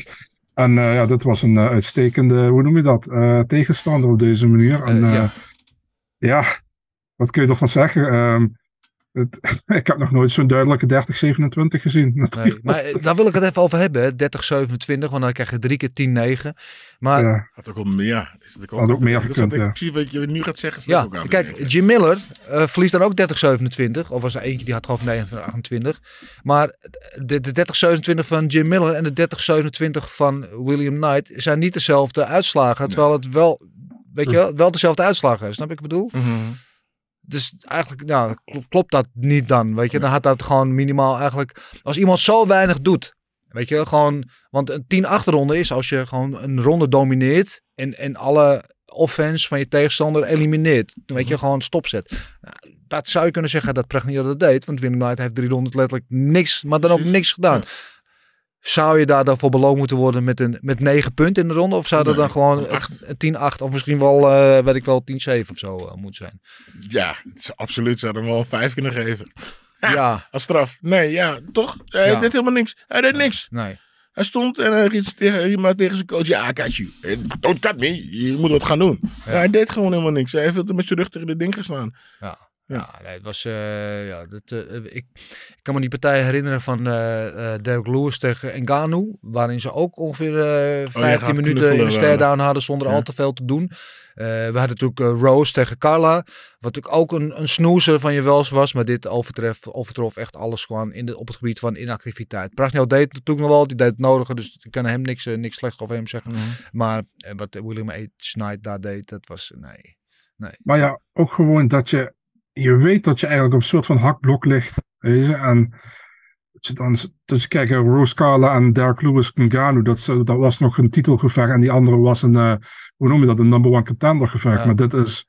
C: En uh, ja, dit was een uh, uitstekende, hoe noem je dat, uh, tegenstander op deze manier. En uh, ja. ja, wat kun je ervan zeggen? Um, het, ik heb nog nooit zo'n duidelijke dertig zevenentwintig gezien.
H: Nee, maar daar wil ik het even over hebben, dertig zevenentwintig, want dan krijg je drie keer tien negen. Maar
C: ja.
I: Had ook wel meer. Is het ook
C: had ook meer gekund, ja.
I: Precies wat je nu gaat zeggen.
H: Ja,
I: ook aan
H: kijk, Jim Miller uh, verliest dan ook dertig zevenentwintig. Of was er eentje die had gewoon negenentwintig achtentwintig. Maar de, de dertig zevenentwintig van Jim Miller en de dertig zevenentwintig van William Knight zijn niet dezelfde uitslagen. Nee. Terwijl het wel, weet je, wel dezelfde uitslagen is. Snap ik wat ik bedoel?
I: Mm-hmm.
H: Dus eigenlijk, nou, klopt dat niet dan, weet je. Dan had dat gewoon minimaal eigenlijk, als iemand zo weinig doet, weet je, gewoon, want een tien acht ronde is als je gewoon een ronde domineert en, en alle offense van je tegenstander elimineert. Dan weet je, gewoon stopzet. Nou, dat zou je kunnen zeggen dat Praggnio dat deed, want William Knight heeft drie ronden letterlijk niks, maar dan ook niks gedaan. Ja. Zou je daar dan voor beloond moeten worden met, een, met negen punten in de ronde? Of zou dat nee, dan gewoon tien acht of misschien wel, uh, weet ik wel, tien zeven of zo uh, moeten zijn?
I: Ja, het is absoluut. Zou hem wel een vijf kunnen geven. Ha,
H: ja.
I: Als straf. Nee, ja, toch? Hij ja. deed helemaal niks. Hij deed niks.
H: Nee.
I: Hij stond en hij riep tegen, tegen zijn coach, ja, I got you. Don't cut me. Je moet wat gaan doen. Ja. Ja, hij deed gewoon helemaal niks. Hij heeft altijd met zijn rug tegen de ding gestaan.
H: Ja. Ja, nee, het was, uh, ja, dat, uh, ik, ik kan me die partij herinneren van uh, uh, Derek Lewis tegen Ngannou, waarin ze ook ongeveer uh, vijftien oh, minuten in de stare-down hadden zonder ja. al te veel te doen. Uh, we hadden natuurlijk uh, Rose tegen Carla, wat natuurlijk ook een, een snoezer van je wels was, maar dit overtref, overtrof echt alles gewoon in de, op het gebied van inactiviteit. Praggnio deed het natuurlijk nog wel, die deed het nodige, dus ik kan hem niks, uh, niks slechts over hem zeggen. Mm-hmm. Maar uh, wat William H. Knight daar deed, dat was, nee, nee.
C: Maar ja, ook gewoon dat je Je weet dat je eigenlijk op een soort van hakblok ligt. Weet je? En dat je dan, dat je kijkt, Rose Carla en Derek Lewis Ngannou, dat, dat was nog een titelgevecht. En die andere was een, uh, hoe noem je dat, een number one contender gevecht. Ja. Maar dit is,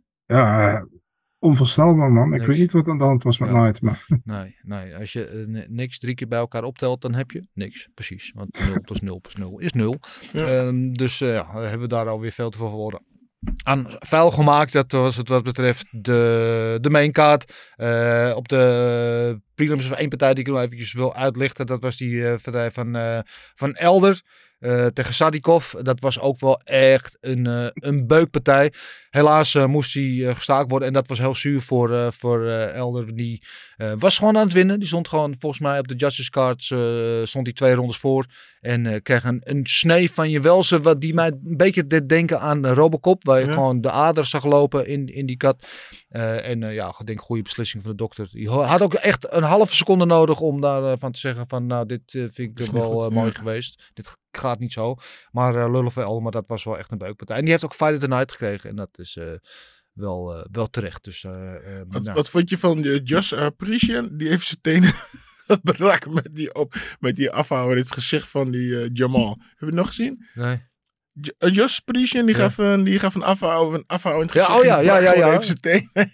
C: ja, onvoorstelbaar, man. Ik niks. weet niet wat aan de hand was met ja. Knight. Maar.
H: Nee, nee, als je uh, niks drie keer bij elkaar optelt, dan heb je niks. Precies. Want nul plus nul plus nul is nul. Ja. Um, dus uh, ja, hebben we daar alweer veel te veel verloren aan vuil gemaakt. Dat was het wat betreft de, de maincard. Uh, op de prelims was één partij die ik nog eventjes wil uitlichten. Dat was die uh, partij van, uh, van Elder uh, tegen Sadikov. Dat was ook wel echt een, uh, een beukpartij. Helaas uh, moest hij uh, gestaakt worden. En dat was heel zuur voor, uh, voor uh, Elder. Die uh, was gewoon aan het winnen. Die stond gewoon volgens mij op de judges cards. Uh, stond hij twee rondes voor. En uh, kreeg een, een snee van je welze. Wat die mij een beetje deed denken aan uh, Robocop. Waar je ja. gewoon de ader zag lopen in, in die kat. Uh, en uh, ja, ik denk goede beslissing van de dokter. Die had ook echt een halve seconde nodig om daarvan uh, te zeggen van nou dit uh, vind ik toch wel uh, mooi ja. geweest. Dit gaat niet zo. Maar uh, lullen veel, maar dat was wel echt een beukpartij. En die heeft ook Fight of the Night gekregen. En dat is uh, wel, uh, wel terecht. Dus, uh, uh,
I: wat,
H: nou.
I: wat vond je van uh, Josh uh, Parisian? Die heeft zijn tenen beraken met die, op, met die afhouden. Het gezicht van die uh, Jamal. Heb je het nog gezien?
H: Nee.
I: J- uh, Josh Parisian, die, ja. gaf, uh, die gaf een afhouden, een afhouden in het
H: gezicht. Ja, oh ja, ja, ja. ja.
I: Heeft zijn tenen.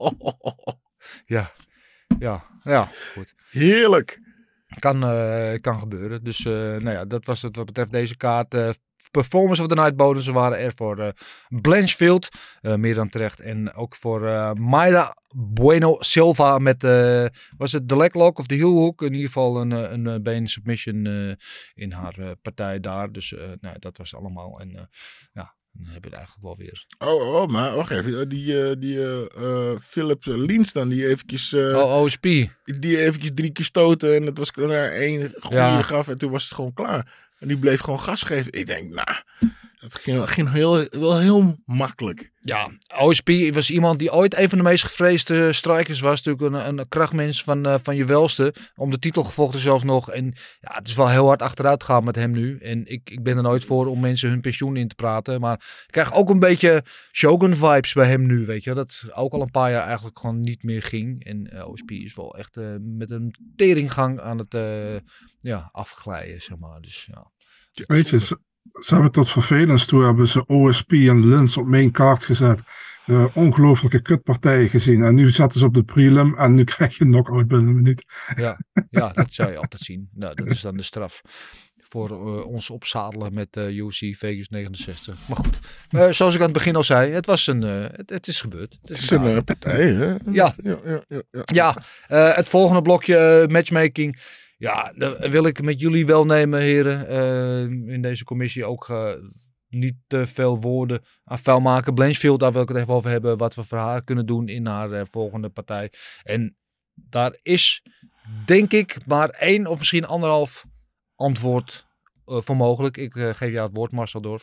H: ja. Ja, ja, goed.
I: Heerlijk.
H: Kan, uh, kan gebeuren. Dus uh, nou ja, dat was het wat betreft deze kaart. Uh, Performance of the Night bonussen waren er voor uh, Blanchfield. Uh, meer dan terecht. En ook voor uh, Mayra Bueno Silva met, uh, was het de leglock of de heelhook? In ieder geval een, een, een been submission uh, in haar uh, partij daar. Dus uh, nou, dat was allemaal. En uh, ja, dan heb je het eigenlijk wel weer.
I: Oh, oh maar wacht even. Die, uh, die uh, uh, Philip Liens dan, die eventjes... Uh,
H: oh, O S P.
I: Die eventjes drie keer stoten en het was naar één goede ja. gaf en toen was het gewoon klaar. En die bleef gewoon gas geven. Ik denk, nou, dat ging, ging heel, wel heel makkelijk.
H: Ja, O S P was iemand die ooit een van de meest gevreesde strikers was. Natuurlijk een, een krachtmens van, uh, van je welste. Om de titel gevochten zelfs nog. En ja, het is wel heel hard achteruit gegaan met hem nu. En ik, ik ben er nooit voor om mensen hun pensioen in te praten. Maar ik krijg ook een beetje Shogun vibes bij hem nu, weet je. Dat ook al een paar jaar eigenlijk gewoon niet meer ging. En uh, O S P is wel echt uh, met een teringgang aan het uh, ja, afglijden, zeg maar. Dus ja.
C: Weet je, ze, ze hebben tot vervelens toe hebben ze O S P en Lins op main kaart gezet. Uh, ongelooflijke kutpartijen gezien. En nu zetten ze op de prelim en nu krijg je een knock-out binnen een minuut.
H: Ja, ja, dat zou je altijd zien. Nou, dat is dan de straf voor uh, ons opzadelen met uh, U F C Vegas negenenzestig. Maar goed, uh, zoals ik aan het begin al zei, het was een, uh, het, het is gebeurd. Het is,
I: het is een, een partij, hè?
H: Ja,
I: ja, ja, ja, ja.
H: ja uh, het volgende blokje uh, matchmaking ja, dat wil ik met jullie wel nemen, heren. Uh, in deze commissie ook uh, niet te veel woorden aan vuil maken. Blanchfield, daar wil ik het even over hebben. Wat we voor haar kunnen doen in haar uh, volgende partij. En daar is, denk ik, maar één of misschien anderhalf antwoord uh, voor mogelijk. Ik uh, geef jou het woord, Marcel Dorf.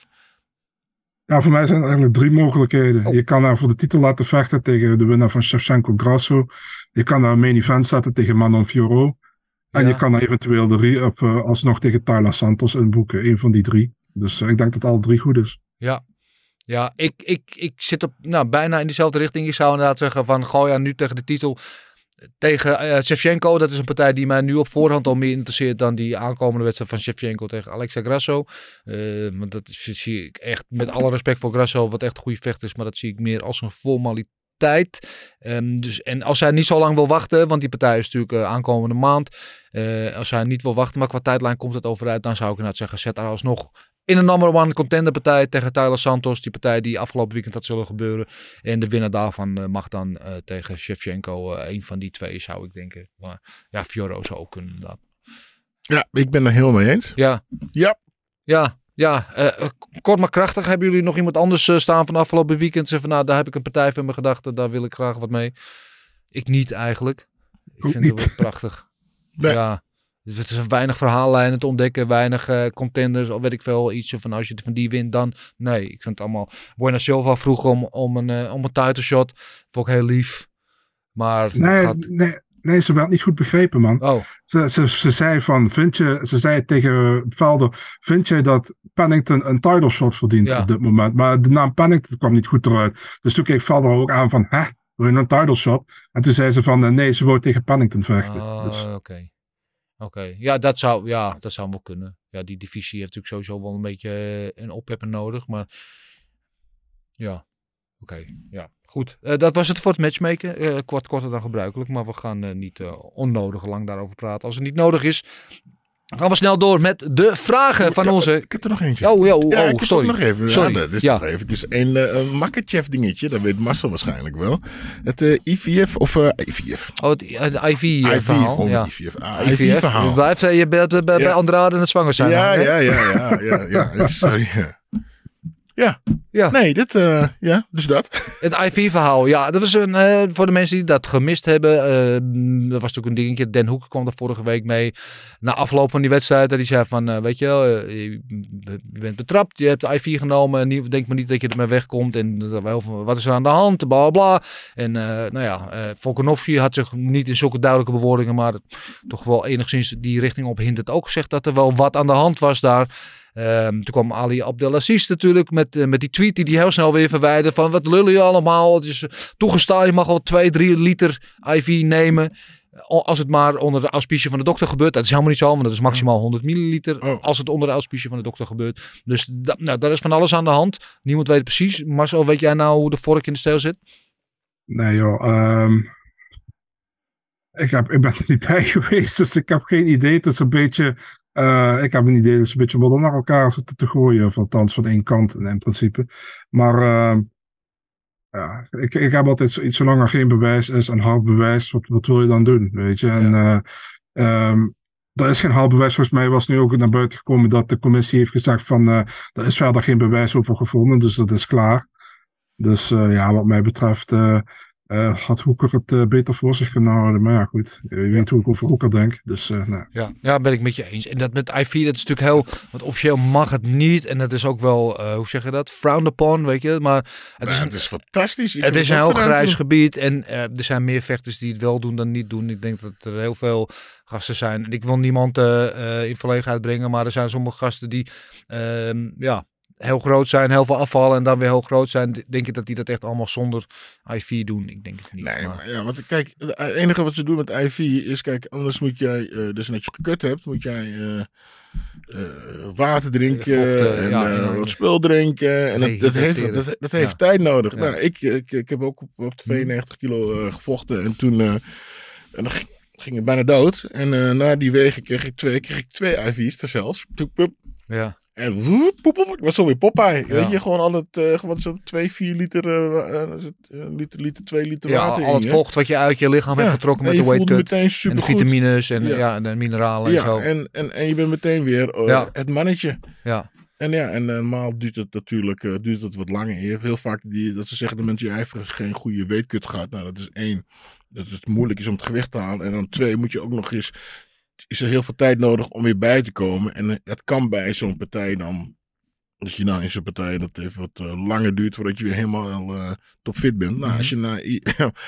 C: Ja, voor mij zijn er eigenlijk drie mogelijkheden.
H: Oh.
C: Je kan haar voor de titel laten vechten tegen de winnaar van Shevchenko Grasso. Je kan haar een main event zetten tegen Manon Fiorot. En
H: Ja.
C: je kan haar eventueel de re- of, uh, alsnog tegen Tyler Santos inboeken. Eén van die drie. Dus uh, ik denk dat alle drie goed is.
H: Ja, ja ik, ik, ik zit op, nou, bijna in diezelfde richting. Ik zou inderdaad zeggen van gooi haar nu tegen de titel. Tegen uh, Shevchenko, dat is een partij die mij nu op voorhand al meer interesseert dan die aankomende wedstrijd van Shevchenko tegen Alexa Grasso. Uh, want dat is, zie ik echt, met alle respect voor Grasso, wat echt een goede vechter is, maar dat zie ik meer als een formaliteit. Um, dus, en als hij niet zo lang wil wachten, want die partij is natuurlijk uh, aankomende maand. Uh, als hij niet wil wachten, maar qua tijdlijn komt het overuit, dan zou ik inderdaad zeggen, zet haar alsnog in een number one contender partij tegen Tyler Santos. Die partij die afgelopen weekend had zullen gebeuren. En de winnaar daarvan uh, mag dan uh, tegen Shevchenko. Uh, een van die twee zou ik denken. Maar ja, Fiorot zou ook kunnen inderdaad.
I: Ja, ik ben er helemaal mee eens.
H: Ja.
I: Ja.
H: Ja. Ja, uh, kort maar krachtig. Hebben jullie nog iemand anders uh, staan van afgelopen weekend? Zeggen van nou, daar heb ik een partij van mijn gedachten. Daar wil ik graag wat mee. Ik niet eigenlijk. Ik
C: Ook
H: vind
C: niet.
H: het wel prachtig.
I: Nee.
H: Ja. Dus het is weinig verhaallijnen te ontdekken, weinig uh, contenders, of weet ik veel, iets van als je van die wint dan. Nee, ik vind het allemaal. Buena Silva vroeg om, om een, uh, om een title shot. Vond ik heel lief. Maar
C: Nee,
H: gaat...
C: nee, nee, ze werd niet goed begrepen, man.
H: Oh.
C: Ze, ze, ze zei van, vind je, ze zei tegen Felder, vind jij dat Pennington een title shot verdient
H: Ja.
C: op dit moment? Maar de naam Pennington kwam niet goed eruit. Dus toen keek Felder ook aan van, hè, wil je een title shot? En toen zei ze van, uh, nee, ze wou tegen Pennington vechten.
H: Oh,
C: Dus.
H: oké. Okay. Oké, okay. ja, dat zou, ja, dat zou wel kunnen. Ja, die divisie heeft natuurlijk sowieso wel een beetje uh, een oppeppen nodig, maar ja, oké, okay. Ja, goed. Uh, dat was het voor het matchmaken. Uh, kwart korter dan gebruikelijk, maar we gaan uh, niet uh, onnodig lang daarover praten. Als het niet nodig is, gaan we snel door met de vragen
I: oh,
H: van
I: ik
H: onze...
I: Heb, ik heb er nog eentje.
H: Oh, yo,
I: ja,
H: oh,
I: ik
H: sorry.
I: nog even.
H: sorry.
I: Ja, dat is
H: ja.
I: nog even. Dus een, uh, een Makachev dingetje, dat weet Marcel waarschijnlijk wel. Het uh, I V F of uh, I V F.
H: Oh, het, het I V-verhaal.
I: Oh,
H: ja.
I: I V F. Ah,
H: I V F-verhaal. Je blijft, je bent uh, bij,
I: ja.
H: bij Andrade en het zwanger zijn.
I: Ja,
H: aan,
I: ja, ja, ja, ja, ja, ja. Sorry. Ja.
H: ja.
I: Nee, dit, uh, ja, dus dat.
H: Het I V-verhaal, ja, dat was een, uh, voor de mensen die dat gemist hebben, uh, dat was natuurlijk een dingetje. Den Hoek kwam er vorige week mee, na afloop van die wedstrijd, dat hij zei van, uh, weet je wel, uh, je, je bent betrapt, je hebt de I V genomen, en denk maar niet dat je ermee wegkomt, en uh, wat is er aan de hand, bla bla. En uh, nou ja, uh, Volkanovski had zich niet in zulke duidelijke bewoordingen, maar toch wel enigszins die richting op hint het ook gezegd dat er wel wat aan de hand was daar. Um, toen kwam Ali Abdelaziz natuurlijk met, uh, met die tweet die hij heel snel weer verwijderde van wat lullen je allemaal, het is uh, toegestaan, je mag al twee, drie liter I V nemen als het maar onder de auspicie van de dokter gebeurt. Dat is helemaal niet zo, want dat is maximaal honderd milliliter
I: oh.
H: als het onder de auspicie van de dokter gebeurt. Dus da, nou, daar is van alles aan de hand. Niemand weet precies. Marcel, weet jij nou hoe de vork in de steel zit?
C: Nee joh, um, ik, heb, ik ben er niet bij geweest, dus ik heb geen idee. Het is een beetje... Uh, ik heb een idee dat ze een beetje modder naar elkaar zitten te gooien. Of althans van één kant in principe. Maar uh, ja, ik, ik heb altijd zoiets, zolang er geen bewijs is, een hard bewijs, wat, wat wil je dan doen? Weet je? En ja. uh, um, er is geen hard bewijs. Volgens mij was nu ook naar buiten gekomen dat de commissie heeft gezegd van uh, er is verder geen bewijs over gevonden. Dus dat is klaar. Dus uh, ja, wat mij betreft... Uh, Uh, had Hoeker het uh, beter voor zich kunnen houden. Maar ja, goed. Je weet ja. hoe ik over Hoeker denk. Dus, uh, nou.
H: ja, ja, ben ik met je eens. En dat met I V, dat is natuurlijk heel... Want officieel mag het niet. En dat is ook wel, uh, hoe zeg je dat? Frowned upon, weet je. Maar het,
I: nou,
H: is,
I: het is fantastisch.
H: Ik het is een heel grijs gebied. En uh, er zijn meer vechters die het wel doen dan niet doen. Ik denk dat er heel veel gasten zijn. En ik wil niemand uh, uh, in verlegenheid brengen. Maar er zijn sommige gasten die... Uh, ja... heel groot zijn, heel veel afvallen en dan weer heel groot zijn. Denk je dat die dat echt allemaal zonder I V doen? Ik denk het niet.
I: Nee, maar ja, want kijk, het enige wat ze doen met I V is, kijk, anders moet jij, uh, dus net je gekut hebt, moet jij uh, uh, water drinken Vocht, uh, en ja, uh, wat spul drinken. En nee, dat, dat heeft, dat, dat heeft ja. tijd nodig. Ja. Nou, ik, ik, ik heb ook op, op tweeënnegentig kilo uh, gevochten en toen uh, en dan ging, ging ik bijna dood. En uh, na die wegen kreeg ik twee, kreeg ik twee I V's er zelfs.
H: Ja.
I: En woep, poep, poep, ik was zo weer Popeye.
H: Ja.
I: Weet je, gewoon al het, uh, wat is dat, twee, vier liter, uh, is het, uh, liter, liter, twee liter
H: ja,
I: water
H: al het
I: in,
H: vocht wat je uit je lichaam
I: ja.
H: hebt getrokken
I: en
H: met de weight cut.
I: meteen
H: En
I: super
H: de vitamines en, ja. Ja, en de mineralen
I: ja,
H: en zo.
I: En, en, en je bent meteen weer uh,
H: ja.
I: het mannetje.
H: Ja.
I: En ja, en normaal duurt het natuurlijk uh, duurt het wat langer. Je hebt heel vaak die, dat ze zeggen dat met je eigen geen goede weetkut gaat. Nou, dat is één. Dat het moeilijk is om het gewicht te halen. En dan twee, moet je ook nog eens... Is er heel veel tijd nodig om weer bij te komen. En uh, het kan bij zo'n partij dan... Als je nou in zo'n partij dat even wat uh, langer duurt voordat je weer helemaal uh, topfit bent. Nou, als je naar I-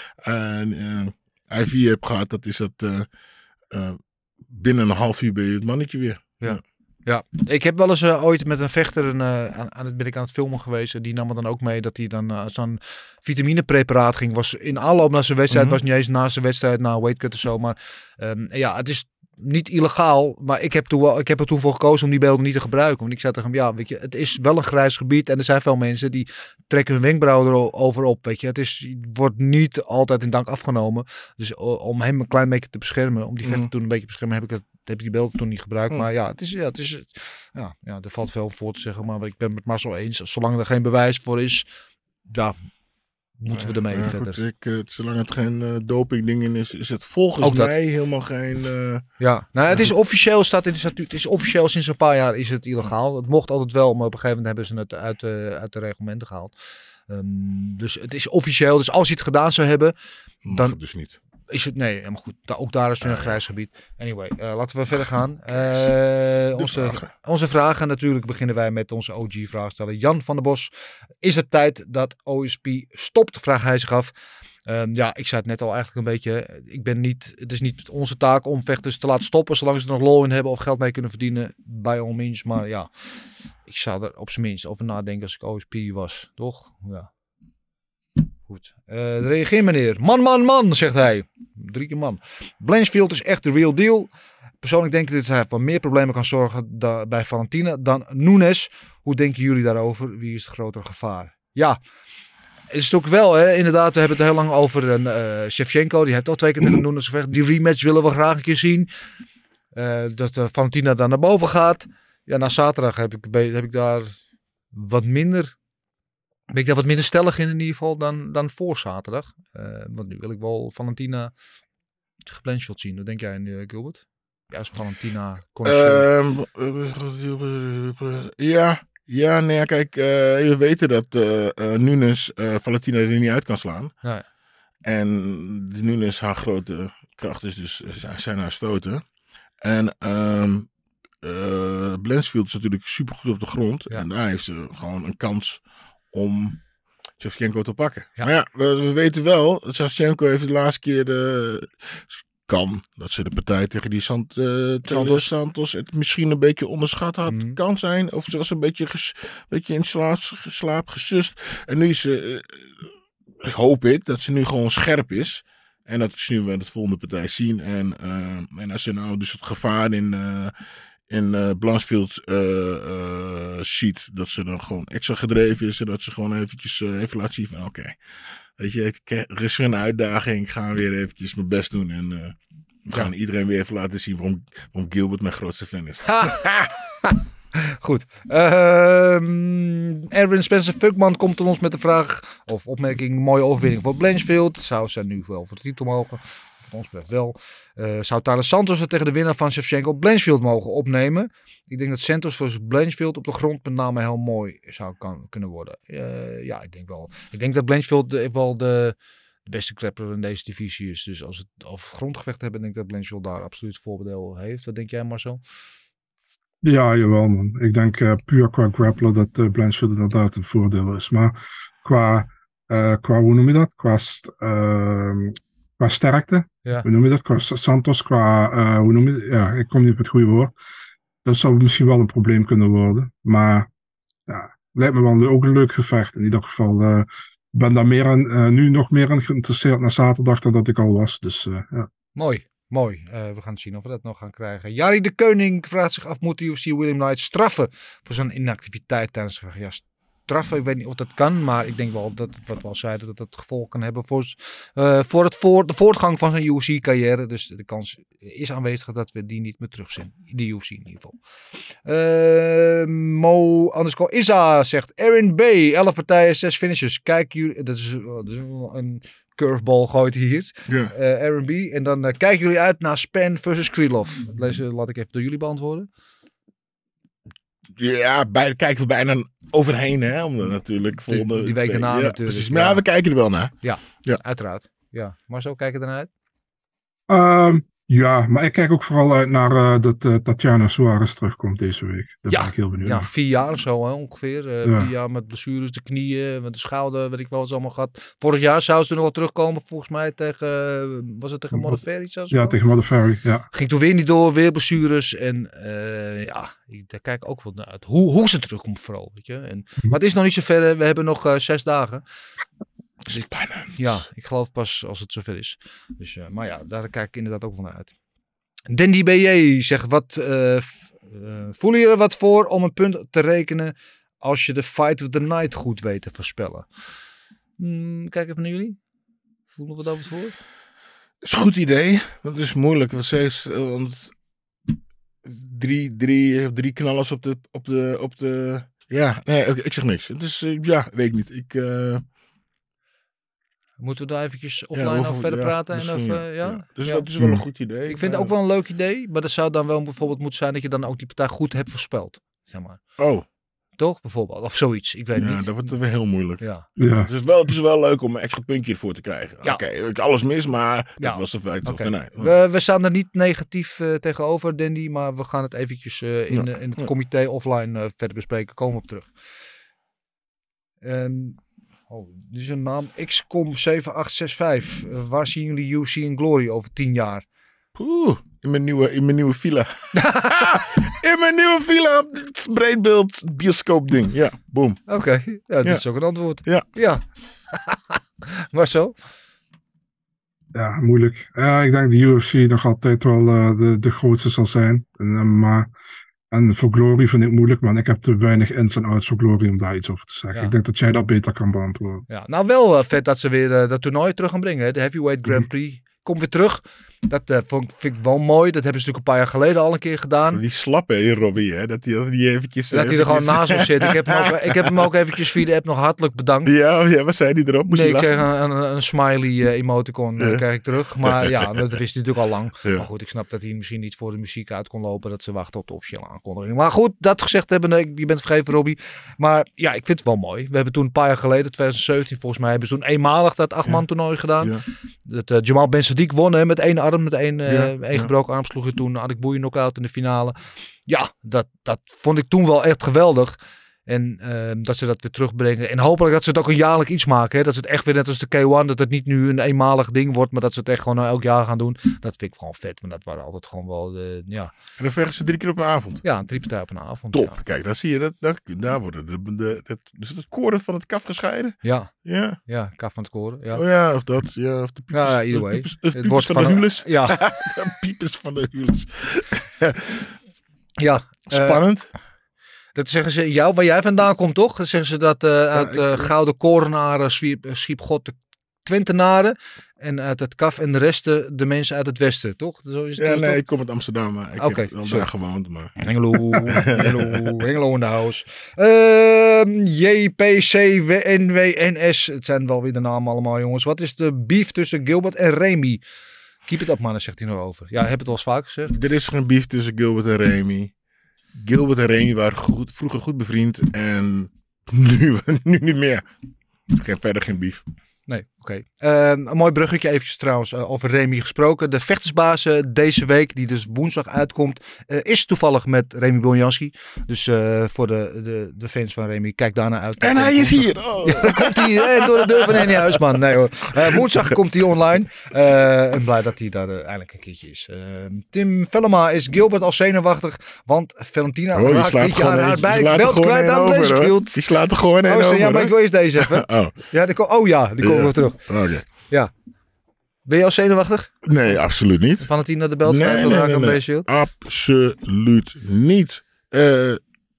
I: uh, uh, I V hebt gehad, dat is dat... Uh, uh, binnen een half uur ben je het mannetje weer.
H: Ja.
I: Ja.
H: Ja, ik heb wel eens uh, ooit met een vechter een, uh, aan, aan het, ben ik aan het filmen geweest. En die nam me dan ook mee dat hij dan uh, zo'n vitaminepreparaat ging. Was in aanloop naar zijn wedstrijd,
I: Mm-hmm.
H: was niet eens na zijn wedstrijd, na weightcut of zo. Maar um, ja, het is niet illegaal. Maar ik heb, toen wel, ik heb er toen voor gekozen om die beelden niet te gebruiken. Want ik zei tegen hem, ja, weet je, het is wel een grijs gebied. En er zijn veel mensen die trekken hun wenkbrauwen erover op. Weet je, het is, wordt niet altijd in dank afgenomen. Dus uh, om hem een klein beetje te beschermen, om die vechter
I: Mm-hmm.
H: toen een beetje te beschermen, heb ik het. Heb ik die beelden toen niet gebruikt.
I: Mm.
H: Maar ja, het is, ja, het is, ja, ja, er valt veel voor te zeggen. Maar ik ben het maar zo eens. Zolang er geen bewijs voor is, ja, moeten we ermee
I: ja,
H: verder.
I: Goed, ik, uh, zolang het geen uh, dopingdingen is, is het volgens
H: Ook dat.
I: mij helemaal geen... Uh...
H: Ja, nou, het is officieel, staat in de statuut, het is officieel sinds een paar jaar is het illegaal. Het mocht altijd wel, maar op een gegeven moment hebben ze het uit de, uit de reglementen gehaald. Um, dus het is officieel. Dus als je het gedaan zou hebben,
I: Mag
H: dan...
I: het dus niet.
H: Is het, nee, helemaal goed. Da- ook daar is het een grijs gebied. Anyway, uh, laten we verder gaan. Uh, onze,
I: vragen.
H: onze vragen. Natuurlijk beginnen wij met onze O G-vraagsteller Jan van der Bos. Is het tijd dat O S P stopt? Vraagt hij zich af. Um, ja, ik zei het net al eigenlijk een beetje. Ik ben niet, het is niet onze taak om vechters te laten stoppen. Zolang ze er nog lol in hebben of geld mee kunnen verdienen. By all means. Maar ja, ik zou er op zijn minst over nadenken als ik O S P was. Toch? Ja. Goed. Uh, reageer meneer. Man, man, man, zegt hij. Drie keer man. Blanchfield is echt de real deal. Persoonlijk denk ik dat hij voor meer problemen kan zorgen da- bij Valentina dan Nunes. Hoe denken jullie daarover? Wie is het grotere gevaar? Ja, het is ook wel, hè, inderdaad, we hebben het heel lang over een uh, Shevchenko. Die heeft al twee keer tegen Nunes gevecht. Die rematch willen we graag een keer zien. Uh, dat uh, Valentina dan naar boven gaat. Ja, na zaterdag heb ik, heb ik daar wat minder... Ben ik daar wat minder stellig in in ieder geval dan, dan voor zaterdag. Uh, want nu wil ik wel Valentina Blanchfield zien. Wat denk jij, uh, Gilbert? Ja, als Valentina...
I: Um, ja, ja, nee, kijk, uh, we weten dat uh, uh, Nunes uh, Valentina er niet uit kan slaan.
H: Ja.
I: En de Nunes, haar grote kracht is dus zijn haar stoten. En um, uh, Blanchfield is natuurlijk super goed op de grond. Ja. En daar heeft ze gewoon een kans om Shevchenko te pakken. Ja. Maar ja, we, we weten wel dat Shevchenko heeft de laatste keer de, kan dat ze de partij tegen die Sant, uh, Santos. Santos het misschien een beetje onderschat had. Mm. Kan zijn. Of ze was een beetje, ges, beetje in slaap, slaap gesust. En nu is ze, uh, hoop ik, dat ze nu gewoon scherp is. En dat ze nu bij de volgende partij zien. En, uh, en als ze nou dus het gevaar in... Uh, in uh, Blanchfield uh, uh, ziet dat ze dan gewoon extra gedreven is en dat ze gewoon eventjes uh, even laat zien van oké, okay, weet je, er is weer een uitdaging, ik ga weer eventjes mijn best doen en uh, we gaan ja. iedereen weer even laten zien waarom, waarom Gilbert mijn grootste fan is.
H: Goed. Uh, Erwin Spencer Fuckman komt tot ons met de vraag of opmerking, mooie overwinning voor Blanchfield. Zou ze nu wel voor de titel mogen? Wat ons betreft wel. Uh, zou Tyler Santos het tegen de winnaar van Shevchenko Blanchfield mogen opnemen? Ik denk dat Santos versus Blanchfield op de grond met name heel mooi zou kan, kunnen worden. Uh, ja, ik denk wel. Ik denk dat Blanchfield de, wel de, de beste grappler in deze divisie is. Dus als het over grondgevecht hebben, denk ik dat Blanchfield daar absoluut voordeel heeft. Wat denk jij, Marcel?
C: Ja, jawel man. Ik denk uh, puur qua grappler dat uh, Blanchfield inderdaad een voordeel is. Maar qua, uh, qua hoe noem je dat? Qua... Uh, Qua sterkte, ja. Hoe noem je dat? Qua Santos, qua, uh, hoe noem je dat? Ja, ik kom niet op het goede woord. Dat zou misschien wel een probleem kunnen worden. Maar, ja, lijkt me wel ook een leuk gevecht. In ieder geval, uh, ben daar meer aan, uh, nu nog meer aan geïnteresseerd naar zaterdag dan dat ik al was. Dus, uh, ja.
H: Mooi, mooi. Uh, we gaan zien of we dat nog gaan krijgen. Jari de Koning vraagt zich af, moet de U F C William Knight straffen voor zijn inactiviteit tijdens de gevecht? Ja, straffen. Ik weet niet of dat kan, maar ik denk wel dat, wat we al zeiden, dat het gevolg kan hebben voor, uh, voor, het voor de voortgang van zijn U F C-carrière. Dus de kans is aanwezig dat we die niet meer terugzien. De U F C in ieder geval. Uh, Mo underscore Isa zegt, Aaron B, elf partijen, zes finishes. Kijk jullie, dat is, dat is een curveball gooit hier.
I: Ja.
H: Uh, Aaron B. En dan uh, kijken jullie uit naar Span versus Krylov. Dat lezen, laat ik even door jullie beantwoorden.
I: Ja, bij, kijken we bijna overheen, hè? Om natuurlijk volgende
H: die, die weken na
I: ja,
H: natuurlijk.
I: Precies. Maar ja, we kijken er wel naar.
H: Ja,
I: ja.
H: uiteraard. Ja. Maar zo kijken we ernaar uit?
C: Um, ja, maar ik kijk ook vooral uit naar uh, dat uh, Tatiana Suarez terugkomt deze week. Daar
H: ja.
C: ben ik heel benieuwd
H: Ja,
C: naar.
H: vier jaar of zo hè, ongeveer. Uh, ja. Vier jaar met blessures, de knieën, met de schouder, weet ik wel wat ze allemaal gehad. Vorig jaar zou ze nog wel terugkomen, volgens mij tegen, uh, was het tegen Modafferi?
C: Ja, tegen Modafferi, ja.
H: Ging toen weer niet door, weer blessures. En uh, ja, daar kijk ik ook wel naar uit. Hoe, hoe ze terugkomt vooral, weet je. En, maar het is nog niet zo ver, we hebben nog uh, zes dagen. Dus, bijna. Ja, ik geloof pas als het zover is. Dus, uh, maar ja, daar kijk ik inderdaad ook wel naar uit. Dandy B J zegt, wat, uh, uh, voelen jullie er wat voor om een punt te rekenen als je de fight of the night goed weet te voorspellen? Hmm, kijk even naar jullie. Voelen we daar wat voor?
I: Dat is een goed idee, want het is moeilijk. Want steeds, want drie, drie, drie knallers op de, op de, op de, ja, nee, ik zeg niks. Het is, ja, weet ik niet. Ik, uh...
H: Moeten we daar eventjes offline
I: ja,
H: over verder
I: ja,
H: praten? En of, uh, ja?
I: Ja. Dus
H: ja.
I: dat is wel een goed idee.
H: Ik vind het ook wel een leuk idee, maar dat zou dan wel bijvoorbeeld moeten zijn dat je dan ook die partij goed hebt voorspeld. Zeg maar.
I: Oh.
H: Toch, bijvoorbeeld? Of zoiets, ik weet
I: ja,
H: niet.
I: Ja, dat wordt weer heel moeilijk.
H: Ja.
C: Ja.
I: Het, is wel, het is wel leuk om een extra puntje ervoor te krijgen.
H: Ja.
I: Oké, okay, alles mis, maar
H: ja.
I: dat was de feit.
H: Okay.
I: Nee.
H: We, we staan er niet negatief uh, tegenover, Dandy, maar we gaan het eventjes uh, in,
I: ja.
H: uh, in het
I: ja.
H: comité offline uh, verder bespreken. Komen we op terug. Um, oh, dit is een naam X COM zeven acht zes vijf. Uh, waar zien jullie U F C in Glory over tien jaar?
I: Oeh, in mijn nieuwe, in mijn nieuwe villa. in mijn nieuwe villa, breedbeeld, bioscoop ding. Ja, boom.
H: Oké, okay. ja, dat ja. is ook een antwoord.
I: Ja.
H: ja. Marcel?
C: Ja, moeilijk. Ja, ik denk dat de U F C nog altijd wel uh, de, de grootste zal zijn. En, uh, maar, en voor Glory vind ik moeilijk, man. Ik heb te weinig ins en outs voor Glory om daar iets over te zeggen. Ja. Ik denk dat jij dat beter kan beantwoorden.
H: Ja, nou wel uh, vet dat ze weer uh, dat toernooi terug gaan brengen. Hè? De Heavyweight Grand Prix mm. komt weer terug. Dat uh, vond, vind ik wel mooi. Dat hebben ze natuurlijk een paar jaar geleden al een keer gedaan.
I: Die slappe hè, Robbie, hè? Dat hij dat die eventjes...
H: Dat hij er gewoon naast ons zit. Ik heb, hem ook, ik heb hem ook eventjes via de app nog hartelijk bedankt.
I: Ja, ja wat zei hij erop? Moest
H: nee, ik kreeg een, een, een smiley uh, emoticon
I: ja.
H: uh, kreeg ik terug. Maar ja, dat wist hij natuurlijk al lang.
I: Ja.
H: Maar goed, ik snap dat hij misschien niet voor de muziek uit kon lopen. Dat ze wachten op de officiële aankondiging. Maar goed, dat gezegd hebben, nee, je bent vergeven Robbie. Maar ja, ik vind het wel mooi. We hebben toen een paar jaar geleden, twintig zeventien volgens mij, hebben ze toen eenmalig dat achtman toernooi gedaan. Ja. Dat uh, Jamal Ben Sadiq won hè, met één arm, met één... Uh, ja. Eén ja. gebroken arm sloeg je toen. Had ik Boeien knock-out in de finale. Ja, dat, dat vond ik toen wel echt geweldig. En uh, dat ze dat weer terugbrengen. En hopelijk dat ze het ook een jaarlijk iets maken. Hè? Dat ze het echt weer net als de K één. Dat het niet nu een eenmalig ding wordt. Maar dat ze het echt gewoon elk jaar gaan doen. Dat vind ik gewoon vet. Want dat waren altijd gewoon wel... Uh, ja.
I: En dan vechten ze drie keer op een avond.
H: Ja, drie partijen op een avond.
I: Top.
H: Ja.
I: Kijk, daar zie je dat. dat daar worden de, de, de, het, dus het koren van het kaf gescheiden.
H: Ja.
I: Ja.
H: Ja, kaf van het koren. Ja.
I: Oh ja, of dat. Ja, of de piepers,
H: ja, either way.
I: Piepers, het
H: het wordt
I: van,
H: van
I: de huwels.
H: Ja.
I: de piepers van de huwels.
H: ja.
I: Spannend. Uh,
H: Dat zeggen ze jou, waar jij vandaan komt, toch? Dan zeggen ze dat uh, uit uh, Gouden Korenaren schiep, schiep God de Twentenaren. En uit het Kaf en de resten de mensen uit het westen, toch? Zo is het
I: ja,
H: dus
I: nee,
H: toch?
I: ik kom uit Amsterdam, maar ik
H: okay,
I: heb al daar gewoond. Maar...
H: Hengelo, Hengelo, Hengelo in de house. Uh, J P C W N W N S. Het zijn wel weer de namen allemaal, jongens. Wat is de beef tussen Gilbert en Remy? Keep it up, mannen, zegt hij nog over. Ja, heb het al eens vaak gezegd.
I: Er is geen beef tussen Gilbert en Remy. Gilbert en Remy waren goed, vroeger goed bevriend en nu, nu niet meer. Geen, verder geen beef.
H: Nee, oké. Okay. Uh, een mooi bruggetje eventjes trouwens uh, over Remy gesproken. De vechtersbaas uh, deze week, die dus woensdag uitkomt, uh, is toevallig met Remy Bonjanski. Dus uh, voor de, de, de fans van Remy, kijk daarna uit.
I: En hij is hier! Oh.
H: Ja, dan komt hij uh, door de deur van Henny Huisman. Nee hoor. Uh, woensdag komt hij online. Uh, en blij dat hij daar uh, eindelijk een keertje is. Uh, Tim Vellema, is Gilbert al zenuwachtig? Want Valentina
I: oh,
H: raakt dit jaar haar bij. Belt kwijt aan Blazefield.
I: Die slaat er gewoon een
H: oh,
I: over.
H: Ja, maar ik wil eerst deze even.
I: oh.
H: Ja, die kom, oh ja, die komen
I: ja.
H: we terug.
I: Oké. Okay.
H: Ja. Ben je al zenuwachtig?
I: Nee, absoluut niet.
H: Valentina de belt
I: nee,
H: kwijt
I: nee,
H: raken
I: nee,
H: aan
I: nee.
H: Blazefield?
I: Absoluut niet. Uh,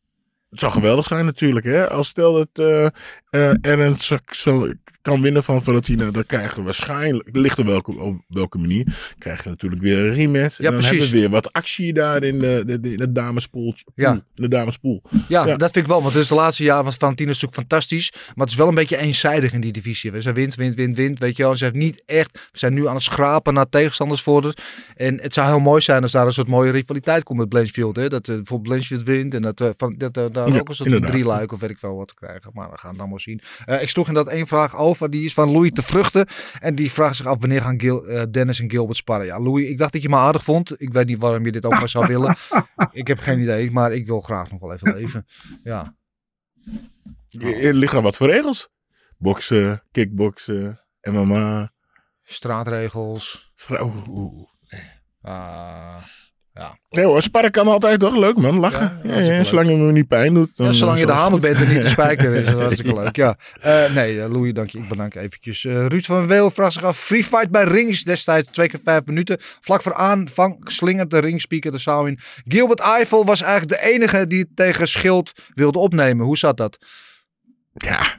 I: het zou geweldig zijn natuurlijk. Hè? Als stel dat uh, uh, Ernst zo, zo kan winnen van Valentina, dan krijgen we waarschijnlijk, ligt er welke, op welke manier, krijgen we natuurlijk weer een rematch. Ja, en dan precies. hebben we weer wat actie daar in de, de, de, de damespool.
H: Ja.
I: In de damespool.
H: Ja, ja, dat vind ik wel. Want dus de laatste jaren was Valentina natuurlijk fantastisch. Maar het is wel een beetje eenzijdig in die divisie. Ze wint, wint, wint, wint. Weet je wel. Ze heeft niet echt. We zijn nu aan het schrapen naar tegenstanders voor. Dus. En het zou heel mooi zijn als daar een soort mooie rivaliteit komt met Blanchfield. Hè? Dat uh, bijvoorbeeld Blanchfield wint. En dat, uh, van, dat uh, daar ja, ook een soort een drie luik of weet ik veel wat te krijgen. Maar we gaan het dan maar zien. Uh, ik sloeg inderdaad één vraag over. Die is van Louis te Vruchten. En die vraagt zich af wanneer gaan Gil, uh, Dennis en Gilbert sparren. Ja, Louis, ik dacht dat je me aardig vond. Ik weet niet waarom je dit ook maar zou willen. Ik heb geen idee. Maar ik wil graag nog wel even leven. Ja.
I: Er liggen wat voor regels. Boksen, kickboksen, M M A.
H: Straatregels.
I: Stra- Oeh, oeh.
H: Uh, ja.
I: Nee hoor, sparren kan altijd toch? Leuk man, lachen. Ja, ja, ja, zolang je me niet pijn doet. Dan
H: ja, zolang je de hamer bent en niet de spijker is, dat is hartstikke leuk. Ja. Uh, nee, uh, Louis, dank je. Ik bedank eventjes. Uh, Ruud van Weel vraagt zich af. Free fight bij rings destijds twee keer vijf minuten. Vlak voor aanvang slingert de ringspeaker de zaal in. Gilbert Eiffel was eigenlijk de enige die het tegen Schild wilde opnemen. Hoe zat dat?
I: Ja.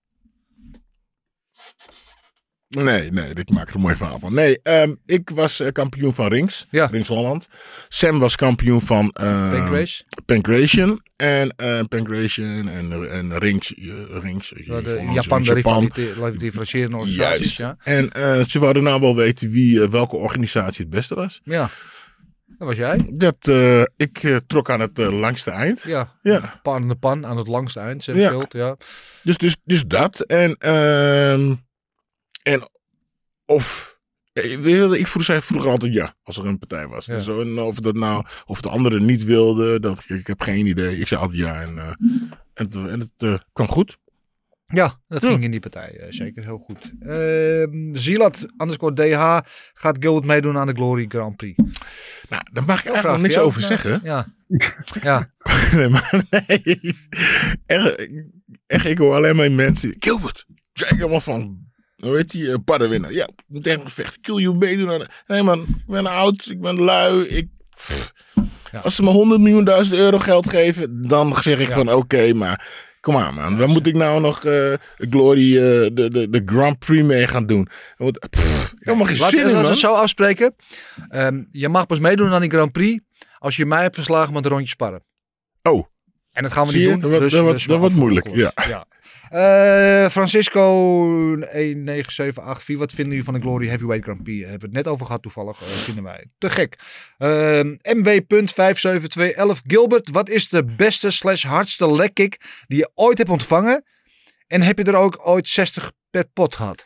I: Nee, nee, dit maakt er een mooi verhaal van. Nee, um, ik was uh, kampioen van Rings.
H: Ja.
I: Rings Holland. Sam was kampioen van uh,
H: Pancration.
I: Pancration. En uh, Pancration en, en Rings. Uh, rings
H: ja, de Holland, Japan, de Japan. differentiëren organisaties. Ja.
I: En uh, ze wilden nou wel weten wie, uh, welke organisatie het beste was.
H: Ja. Dat was jij?
I: Dat, uh, ik uh, trok aan het uh, langste eind.
H: Ja,
I: ja.
H: Pan aan de pan aan het langste eind. Ja. Schild, ja.
I: Dus, dus, dus dat. En... Uh, En of, ik vroeg, zei vroeger altijd ja, als er een partij was. Ja. Dus, en of dat nou, of de anderen niet wilden, dat, ik heb geen idee. Ik zei altijd ja en, uh, en, en het uh, kwam goed.
H: Ja, dat ging in die partij uh, zeker heel goed. Uh, Zilat, underscore D H, gaat Gilbert meedoen aan de Glory Grand Prix?
I: Nou, daar mag ik eigenlijk niks over
H: ja,
I: zeggen.
H: Ja. ja.
I: nee, maar nee. Echt, echt, ik hoor alleen maar mensen, Gilbert, jij helemaal van... Hoe heet die? Uh, paddenwinnaar. Ja, ik moet echt vechten. Kill you meedoen aan... Nee man, ik ben oud, ik ben lui. Ik... Ja. Als ze me honderd miljoen duizend euro geld geven, dan zeg ik ja. van oké, okay, maar kom aan man. Waar moet ik nou nog uh, Glory, uh, de, de, de Grand Prix mee gaan doen? Want, pff, helemaal geen
H: Laat
I: zin in, man.
H: Laten we het zo afspreken. Um, je mag pas meedoen aan die Grand Prix als je mij hebt verslagen met een rondje sparren.
I: Oh.
H: En dat gaan we
I: Zie
H: niet
I: je?
H: doen.
I: Dat,
H: dus,
I: dat,
H: dus
I: dat, dat wordt moeilijk, ja.
H: ja. Uh, Francisco een negen zeven acht vier. Wat vinden jullie van de Glory Heavyweight Grand Prix? Hebben we het net over gehad toevallig. Uh, vinden wij te gek. Uh, M W vijf zeven twee een een. Gilbert, wat is de beste slash hardste leg kick die je ooit hebt ontvangen? En heb je er ook ooit zestig per pot gehad?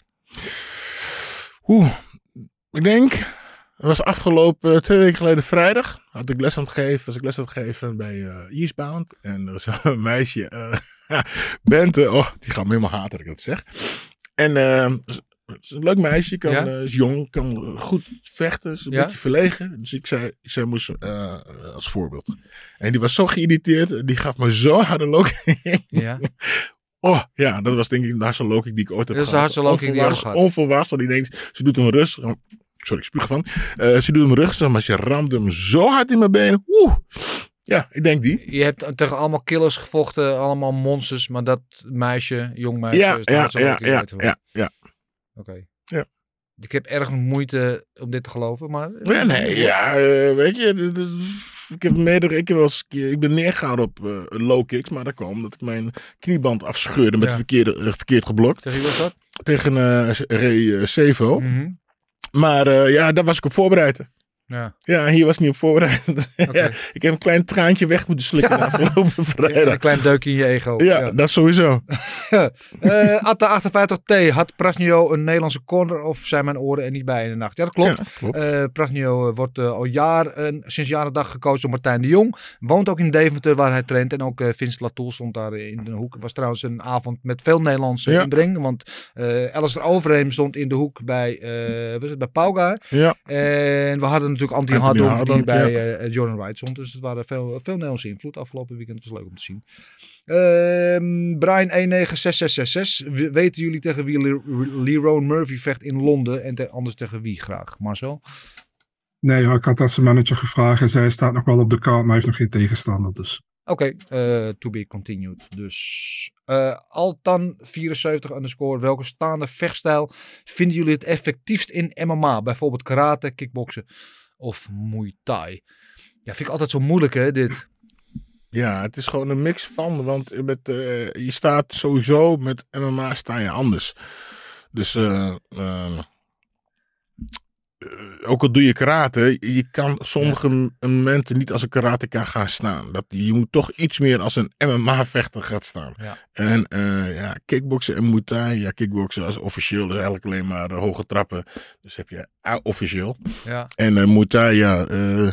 I: Oeh, ik denk... Het was afgelopen uh, twee weken geleden vrijdag. Had ik les aan het geven, was ik les aan het geven bij uh, Eastbound. En er was een meisje, uh, Bente, oh, die gaat me helemaal haten dat ik dat zeg. En uh, het is een leuk meisje, kan, ja? uh, is jong, kan goed vechten, is een ja? beetje verlegen. Dus ik zei, ik zei moest uh, als voorbeeld. En die was zo geïrriteerd, die gaf me zo harde loking. Ja. Oh ja, dat was denk ik de hardste loking die ik ooit heb
H: gehad. Dat is de hardste loking die je
I: gehad. Onvolwassen, die denkt, ze doet hem rustig. Sorry, ik spuug van. Uh, ze doet hem rustig, maar ze ramde hem zo hard in mijn benen. Oeh. Ja, ik denk die.
H: Je hebt tegen allemaal killers gevochten, allemaal monsters, maar dat meisje, jong meisje...
I: Ja,
H: is
I: ja, ja, ja, ja, ja.
H: Oké. Okay.
I: Ja.
H: Ik heb erg moeite om dit te geloven, maar...
I: Ja, nee, ja, uh, weet je... Ik heb meerdere, ik, heb wel eens, ik ben neergehaald op uh, low kicks, maar dat kwam omdat ik mijn knieband afscheurde met ja. verkeerde, uh, verkeerd geblokt.
H: Tegen wie was dat?
I: Tegen uh, Ray uh, Sevo.
H: Mm-hmm.
I: Maar uh, ja, daar was ik op voorbereid.
H: Ja.
I: Ja, hier was ik niet op voorbereid. Okay. Ja, ik heb een klein traantje weg moeten slikken ja. afgelopen vrijdag.
H: Ja, een klein deukje in je ego.
I: Ja, ja. dat sowieso.
H: uh, Atta achtenvijftig T, had Prasnio een Nederlandse corner of zijn mijn oren er niet bij in de nacht? Ja, dat klopt. Ja, klopt. Uh, Prasnio wordt uh, al jaren, sinds jaren dag gecoacht door Martijn de Jong. Woont ook in Deventer waar hij traint. En ook uh, Vince Latour stond daar in de hoek. Het was trouwens een avond met veel Nederlandse ja. inbreng. Want uh, Alistair Overeem stond in de hoek bij, uh, was het bij Pauga.
I: Ja.
H: En we hadden natuurlijk Anthony Hardonk die bij ja. uh, Jordan Wright stond. Dus het waren veel, veel Nederlandse invloed afgelopen weekend. Het was leuk om te zien. Uh, Brian een negen zes zes zes zes. Weten jullie tegen wie Le- Leroy Murphy vecht in Londen? En te- anders tegen wie graag? Marcel?
C: Nee, ja, ik had dat zijn manager gevraagd. En zij staat nog wel op de kaart, maar heeft nog geen tegenstander. Dus.
H: Oké, okay, uh, to be continued. Dus uh, Altan vierenzeventig underscore. Welke staande vechtstijl vinden jullie het effectiefst in M M A? Bijvoorbeeld karate, kickboksen of Muay Thai? Ja, vind ik altijd zo moeilijk hè, dit.
I: Ja, het is gewoon een mix van. Want met, uh, je staat sowieso met M M A sta je anders. Dus uh, uh, ook al doe je karate, je kan sommige ja. momenten niet als een karateka gaan staan. Dat, je moet toch iets meer als een M M A-vechter gaan staan. Ja. En uh, ja, kickboksen en Muay Thai. Ja, kickboksen als officieel is eigenlijk alleen maar uh, hoge trappen. Dus heb je uh, officieel. Ja. En uh, Muay Thai, ja... Uh,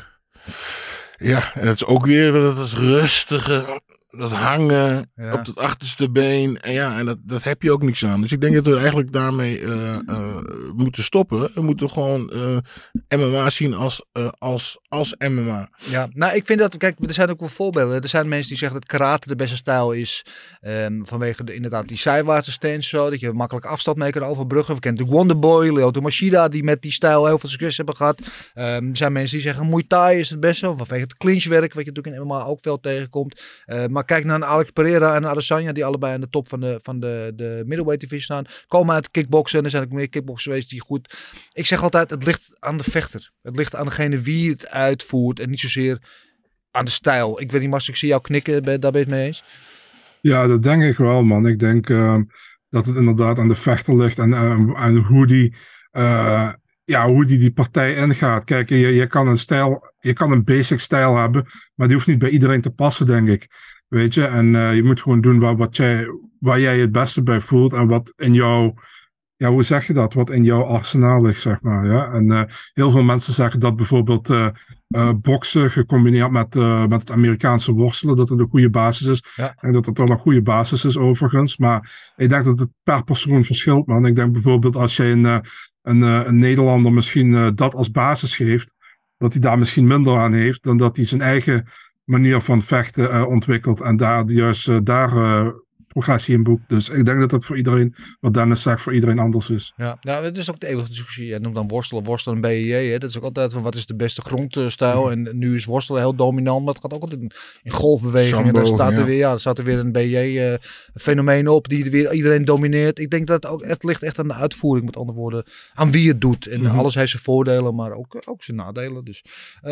I: Ja, en dat is ook weer dat is rustiger, dat hangen ja. op het achterste been. En ja, en dat, dat heb je ook niks aan. Dus ik denk dat we eigenlijk daarmee uh, uh, moeten stoppen. We moeten gewoon uh, M M A zien als, uh, als, als M M A.
H: Ja, nou ik vind dat, kijk, er zijn ook wel voorbeelden. Er zijn mensen die zeggen dat karate de beste stijl is. Um, vanwege de, inderdaad die zijwaartse stance zo. Dat je makkelijk afstand mee kan overbruggen. We kennen natuurlijk Wonderboy, Lyoto Machida die met die stijl heel veel succes hebben gehad. Um, er zijn mensen die zeggen Muay Thai is het beste. Vanwege het clinchwerk, wat je natuurlijk in M M A ook veel tegenkomt. Uh, maar kijk naar Alex Pereira en Adesanya, die allebei aan de top van de, van de, de middleweight divisie staan. Komen uit kickboksen en er zijn ook meer kickboxers geweest die goed. Ik zeg altijd, het ligt aan de vechter. Het ligt aan degene wie het uitvoert en niet zozeer aan de stijl. Ik weet niet, Max, ik zie jou knikken, ben, daar ben je het mee eens?
C: Ja, dat denk ik wel, man. Ik denk uh, dat het inderdaad aan de vechter ligt en uh, aan hoe die... Uh, Ja, hoe die die partij ingaat. Kijk, je, je kan een stijl, je kan een basic stijl hebben, maar die hoeft niet bij iedereen te passen, denk ik. Weet je, en uh, je moet gewoon doen waar, wat jij, waar jij het beste bij voelt en wat in jouw, ja, hoe zeg je dat? Wat in jouw arsenaal ligt, zeg maar. Ja? En uh, heel veel mensen zeggen dat bijvoorbeeld uh, uh, boksen gecombineerd met, uh, met het Amerikaanse worstelen, dat het een goede basis is. Ja. En dat het wel een goede basis is, overigens. Maar ik denk dat het per persoon verschilt, man. Ik denk bijvoorbeeld als je een, uh, een, uh, een Nederlander misschien uh, dat als basis geeft, dat hij daar misschien minder aan heeft, dan dat hij zijn eigen manier van vechten uh, ontwikkelt en daar juist uh, daar... Uh, progressie in boek. Dus ik denk dat dat voor iedereen, wat Dennis zegt, voor iedereen anders is.
H: Ja, nou, het is ook de eeuwige discussie. Je noemt dan worstelen, worstelen en B J J. Hè. Dat is ook altijd van wat is de beste grondstijl. Mm. En nu is worstelen heel dominant, maar het gaat ook altijd in, in golfbewegingen. Sambo, en daar staat, ja. er weer, ja, er staat er weer een B J J-fenomeen uh, op die er weer iedereen domineert. Ik denk dat het ook, het ligt echt aan de uitvoering, met andere woorden, aan wie het doet. En mm-hmm. alles heeft zijn voordelen, maar ook, ook zijn nadelen. Dus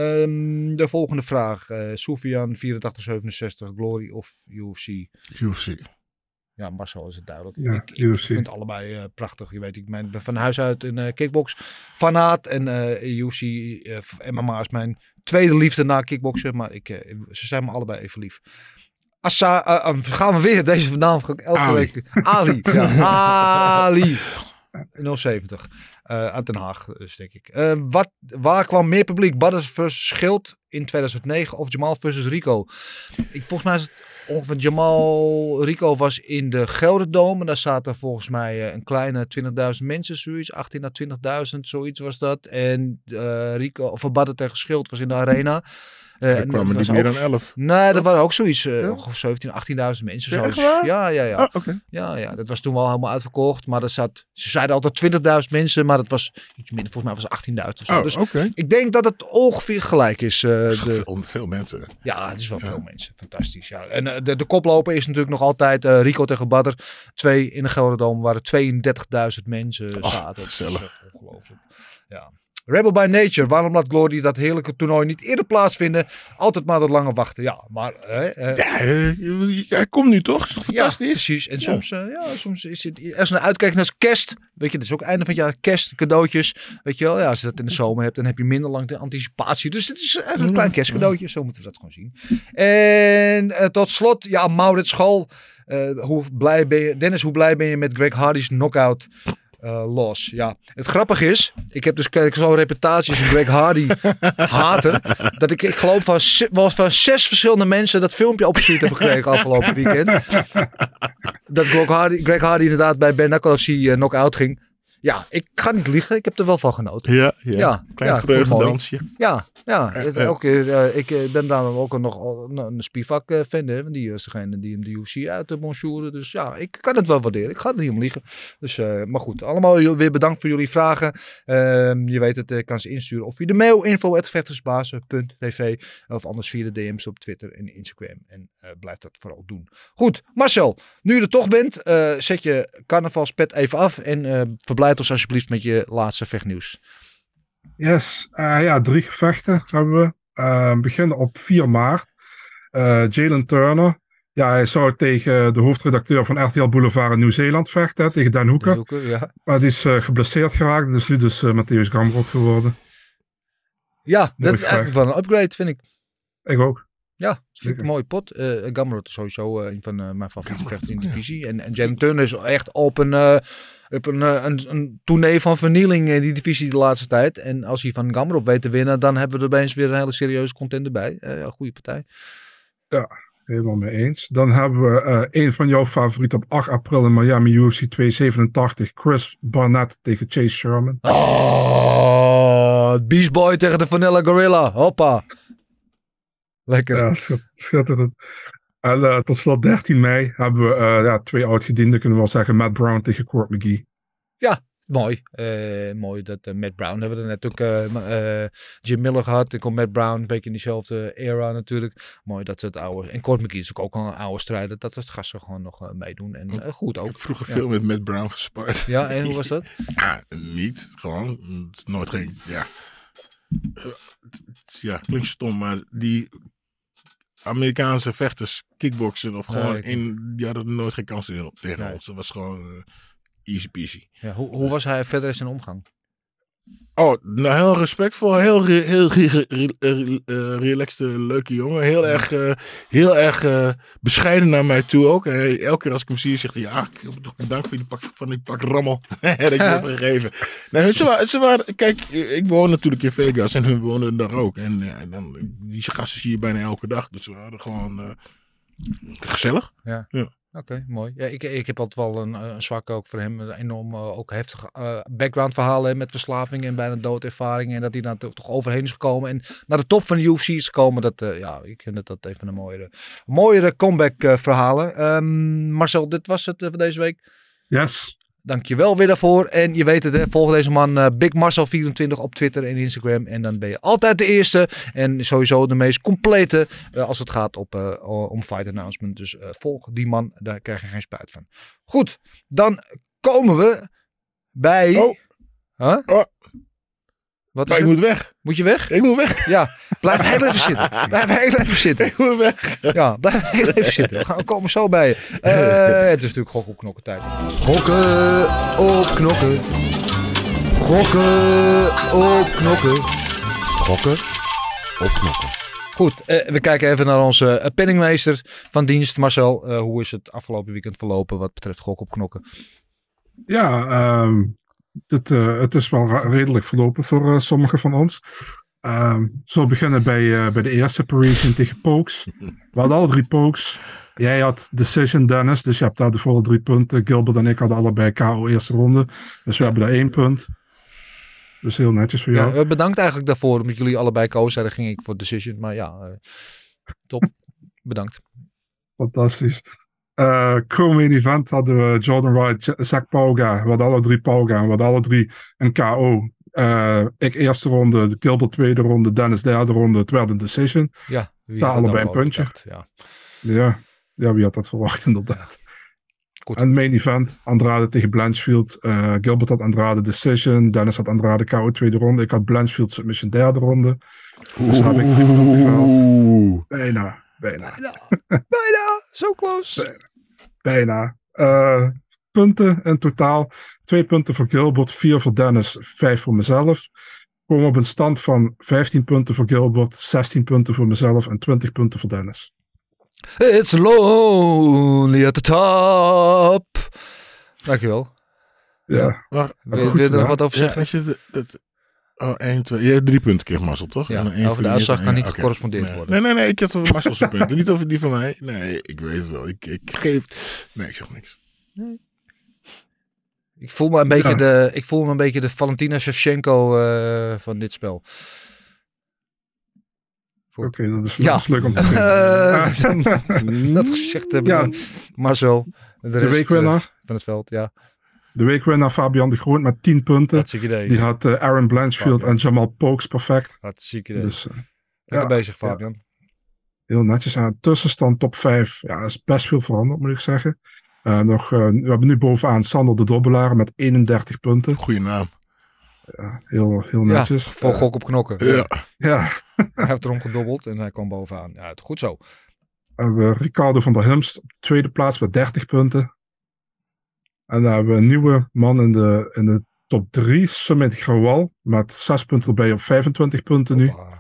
H: um, de volgende vraag. Uh, Soufian vierentachtig zevenenzestig, Glory of U F C?
I: U F C.
H: Ja, Marcel is het duidelijk.
C: Ja,
H: ik, ik vind het allebei uh, prachtig. Je weet, ik ben van huis uit een uh, kickbox fanaat. En uh, U F C, uh, M M A is mijn tweede liefde na kickboksen. Maar ik, uh, ze zijn me allebei even lief. Assa, uh, uh, gaan we weer deze naam elke
I: Ali.
H: week. Ali. Ja, Ali. nul zeventig. Uh, uit Den Haag, dus denk ik. Uh, wat, waar kwam meer publiek? Badr versus Schild in tweeduizend negen of Jamal versus Rico? Ik, volgens mij is het ongeveer Jamal Rico was in de Gelderdome. En daar zaten volgens mij uh, een kleine twintigduizend mensen, zoiets. achttien à twintigduizend, zoiets was dat. En uh, Rico, of Badr tegen Schild was in de arena.
I: Uh, er kwamen niet meer dan elf.
H: Nee, dat waren ook zoiets. Uh, ja? zeventien, achttienduizend mensen.
I: Ja,
H: zo. Ja, ja, ja.
I: Oh, okay.
H: ja, ja. Dat was toen wel helemaal uitverkocht. Maar er zat, ze zeiden altijd twintigduizend mensen. Maar dat was iets minder. Volgens mij was het achttienduizend.
I: Oh,
H: dus
I: okay.
H: ik denk dat het ongeveer gelijk is. Uh,
I: de...
H: veel,
I: veel mensen.
H: Ja, het is wel ja. veel mensen. Fantastisch. Ja. En uh, de, de koploper is natuurlijk nog altijd uh, Rico tegen Badr. Twee in de Gelderdome waren tweeëndertigduizend mensen
I: oh,
H: zaten.
I: Gezellig.
H: Dat is ongelooflijk. Ja. Rebel by Nature, waarom laat Glory dat heerlijke toernooi niet eerder plaatsvinden? Altijd maar dat lange wachten. Ja, maar... Uh, uh,
I: ja, uh, hij komt nu toch? Is toch fantastisch?
H: Ja, precies. En ja. soms, uh, ja, soms is het... Als een uitkijken naar kerst, weet je, het is ook einde van het jaar, kerst, cadeautjes. Weet je wel, ja, als je dat in de zomer hebt, dan heb je minder lang de anticipatie. Dus het is echt een klein kerstcadeautje, zo moeten we dat gewoon zien. En uh, tot slot, ja, Maurits School. Uh, hoe blij ben je, Dennis, hoe blij ben je met Greg Hardy's knockout? Uh, los. Ja, het grappige is, ik heb dus kijk, zo'n reputaties van Greg Hardy haten, dat ik, ik geloof van, was van zes verschillende mensen dat filmpje opgestuurd hebben gekregen afgelopen weekend. Dat Greg Hardy, Greg Hardy inderdaad bij Ben Knuckles uh, knock-out ging. ja, ik ga niet liegen. Ik heb er wel van genoten.
I: Ja, ja.
H: Ja,
I: Klein
H: ja,
I: vreugdedansje.
H: Ja, ja.
I: Eh,
H: Het,
I: eh.
H: elke keer, uh, ik uh, ben daar ook nog een, een Spivak-fan. Uh, die is degene die hem de U F C uit de bonjouren. Dus ja, ik kan het wel waarderen. Ik ga het niet om liegen. Dus, uh, maar goed, allemaal weer bedankt voor jullie vragen. Uh, je weet het, je uh, kan ze insturen. Of via de mail info at vechtersbazen punt t v. Of anders via de D M's op Twitter en Instagram. En uh, blijf dat vooral doen. Goed, Marcel. Nu je er toch bent, uh, zet je carnavalspet even af. En uh, verblijd ons alsjeblieft met je laatste vechtnieuws.
C: Yes, uh, ja, drie gevechten hebben we. Uh, beginnen op vier maart. Uh, Jalen Turner. Ja, hij zou tegen de hoofdredacteur van R T L Boulevard in Nieuw-Zeeland vechten, hè, tegen Dan Hooker.
H: Hoeker, ja.
C: Maar die is uh, geblesseerd geraakt, dus nu dus uh, Matthäus Gamrot geworden.
H: Ja, dat
C: Mooi
H: is eigenlijk wel een upgrade, vind ik.
C: Ik ook.
H: Ja, vind ik een mooie pot. Uh, Gamrot is sowieso uh, een van uh, mijn favoriete vechters in de divisie. En, en Jalen Turner is echt op een, uh, op een, uh, een, een tournee van vernieling in die divisie de laatste tijd. En als hij van Gamrot weet te winnen, dan hebben we er opeens weer een hele serieuze contender bij. Uh, ja, goede partij.
C: Ja, helemaal mee eens. Dan hebben we uh, een van jouw favorieten op acht april in Miami, U F C tweehonderdzevenentachtig. Chris Barnett tegen Chase Sherman.
H: Oh, Beast Boy tegen de Vanilla Gorilla. Hoppa. Lekker.
C: Ja, schitterend. En uh, tot slot dertien mei hebben we uh, ja, twee oud-gedienden, kunnen we wel zeggen. Matt Brown tegen Court McGee.
H: Ja, mooi. Uh, mooi dat uh, Matt Brown hebben we er net ook uh, uh, Jim Miller gehad. Ik kom Matt Brown, een beetje in diezelfde era natuurlijk. Mooi dat ze het oude... En Court McGee is ook al een oude strijder. Dat het gasten gewoon nog uh, meedoen. En uh, goed ook.
I: Ik heb vroeger
H: ja.
I: veel met Matt Brown gespart.
H: Ja, en hoe was dat?
I: Ja, niet. Gewoon. Het is nooit geen... Ja, uh, ja klinkt stom, maar die... Amerikaanse vechters, kickboksen of gewoon
H: nee,
I: in, die hadden nooit geen kans tegen
H: nee.
I: ons. Dat was gewoon uh, easy peasy.
H: Ja, hoe, hoe was hij verder in zijn omgang?
I: Oh, nou heel respectvol, heel, re, heel re, re, re, uh, relaxed, leuke jongen. Heel erg, uh, heel erg uh, bescheiden naar mij toe ook. Hey, elke keer als ik hem zie, zegt hij, ja, ik heb toch bedankt voor die pak, van die pak rammel dat je me hebt gegeven. Nou, ze waren, ze waren, kijk, ik woon natuurlijk in Vegas en hun wonen daar ook. En ja, dan, die gasten zie je bijna elke dag. Dus we waren gewoon uh, gezellig.
H: Ja.
I: Ja.
H: Oké, okay, mooi. Ja, ik, ik heb altijd wel een, een zwak ook voor hem. Een enorm uh, ook heftige uh, background verhalen met verslaving en bijna doodervaring. En dat hij daar toch overheen is gekomen. En naar de top van de U F C is gekomen. Dat, uh, ja, ik vind dat, dat even een mooiere, mooiere comeback uh, verhalen. Um, Marcel, dit was het uh, voor deze week.
C: Yes.
H: Dankjewel weer daarvoor. En je weet het, hè, volg deze man uh, Big Marcel vierentwintig op Twitter en Instagram. En dan ben je altijd de eerste. En sowieso de meest complete uh, als het gaat op, uh, om fight announcement. Dus uh, volg die man, daar krijg je geen spijt van. Goed, dan komen we bij...
I: Oh.
H: Huh?
I: Oh.
H: Wat
I: maar
H: is
I: ik
H: het?
I: moet weg.
H: Moet je weg?
I: Ik moet weg.
H: Ja, blijf heel even zitten. Blijf heel even zitten.
I: Ik moet weg.
H: Ja, blijf heel even zitten. We gaan komen zo bij je. Uh, het is natuurlijk gokken op knokken tijd. Gokken op knokken. Gokken op knokken. Gokken op knokken. Goed, uh, we kijken even naar onze uh, penningmeester van dienst, Marcel. Uh, hoe is het afgelopen weekend verlopen wat betreft gokken op knokken?
C: Ja, um... Het, uh, het is wel ra- redelijk verlopen voor uh, sommigen van ons. Um, zo beginnen bij, uh, bij de eerste Parisian tegen Pokes. We hadden alle drie Pokes. Jij had Decision, Dennis, dus je hebt daar de volle drie punten. Gilbert en ik hadden allebei K O eerste ronde. Dus we hebben daar één punt. Dus heel netjes voor jou.
H: Ja, bedankt eigenlijk daarvoor, omdat jullie allebei K O zeiden, ging ik voor Decision. Maar ja, uh, top. Bedankt.
C: Fantastisch. Uh, Co-main event hadden we Jordan Wright, Zach Pauga. We hadden alle drie Pauga. We hadden alle drie een K O. Uh, ik eerste ronde, Gilbert tweede ronde, Dennis derde ronde. Het werd een decision.
H: Ja,
C: sta allebei een puntje.
H: Bedacht, ja.
C: Ja. ja, wie had dat verwacht inderdaad.
H: Ja. Goed.
C: En main event, Andrade tegen Blanchfield. Uh, Gilbert had Andrade decision. Dennis had Andrade K O tweede ronde. Ik had Blanchfield submission derde ronde. Dus heb ik drie punten gehaald. Bijna. Bijna.
H: Bijna. Bijna. Zo close.
C: Bijna. Bijna. Uh, punten in totaal. Twee punten voor Gilbert, vier voor Dennis, vijf voor mezelf. Komen op een stand van vijftien punten voor Gilbert, zestien punten voor mezelf en twintig punten voor Dennis.
H: It's lonely at the top. Dankjewel.
C: Ja.
I: Maar,
H: wil, wil je er nog wat over zeggen?
I: Ja, als je de, dat, oh, één, twee. Je hebt drie punten kreeg Marcel, toch?
H: Ja,
I: en één
H: over de uitslag kan niet
I: okay.
H: gecorrespondeerd
I: nee.
H: worden.
I: Nee, nee, nee. Ik had over Marcel's punten. Niet over die van mij. Nee, ik weet het wel. Ik, ik geef... Nee, ik zeg niks.
H: Nee. Ik voel me een beetje,
C: Ja.
H: de, ik voel me een beetje de Valentina Shevchenko uh, van dit spel.
C: Oké, okay, dat,
H: ja.
C: dat is leuk om te zien.
H: Uh, dat gezegd hebben
C: ja.
H: Marcel. De,
C: de weekwinnaar.
H: Uh, van het veld, ja.
C: De weekwinnaar Fabian de Groot met tien punten.
H: idee.
C: Die had uh, Aaron Blanchfield
H: Fabian.
C: en Jamal Pokes perfect.
H: Hartstikke idee. Dus, uh,
C: ja,
H: bezig, Fabian. Ja.
C: Heel netjes. Aan tussenstand top vijf. Ja, is best veel veranderd, moet ik zeggen. Uh, nog, uh, we hebben nu bovenaan Sander de Dobbelaar met eenendertig punten.
I: Goeie naam.
C: Ja, heel, heel netjes.
H: Ja, vol gok op knokken.
I: Ja.
C: ja.
H: Hij heeft erom gedobbeld en hij kwam bovenaan. Ja, het goed zo.
C: We hebben Ricardo van der Humst op de tweede plaats met dertig punten. En dan hebben we een nieuwe man in de, in de top drie, Sumit Grawal, met zes punten erbij op vijfentwintig punten nu. Oh.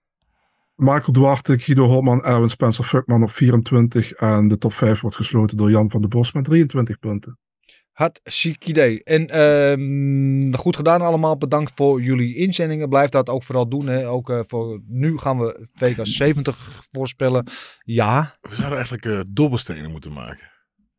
C: Michael Duarte, Guido Holman, Erwin Spencer Fuckman op vierentwintig. En de top vijf wordt gesloten door Jan van der Bos met drieëntwintig punten.
H: Hartstikke idee. En uh, goed gedaan allemaal. Bedankt voor jullie inzendingen. Blijf dat ook vooral doen. Hè. Ook uh, voor nu gaan we Vegas zeventig voorspellen. Ja.
I: We zouden eigenlijk uh, dobbelstenen moeten maken.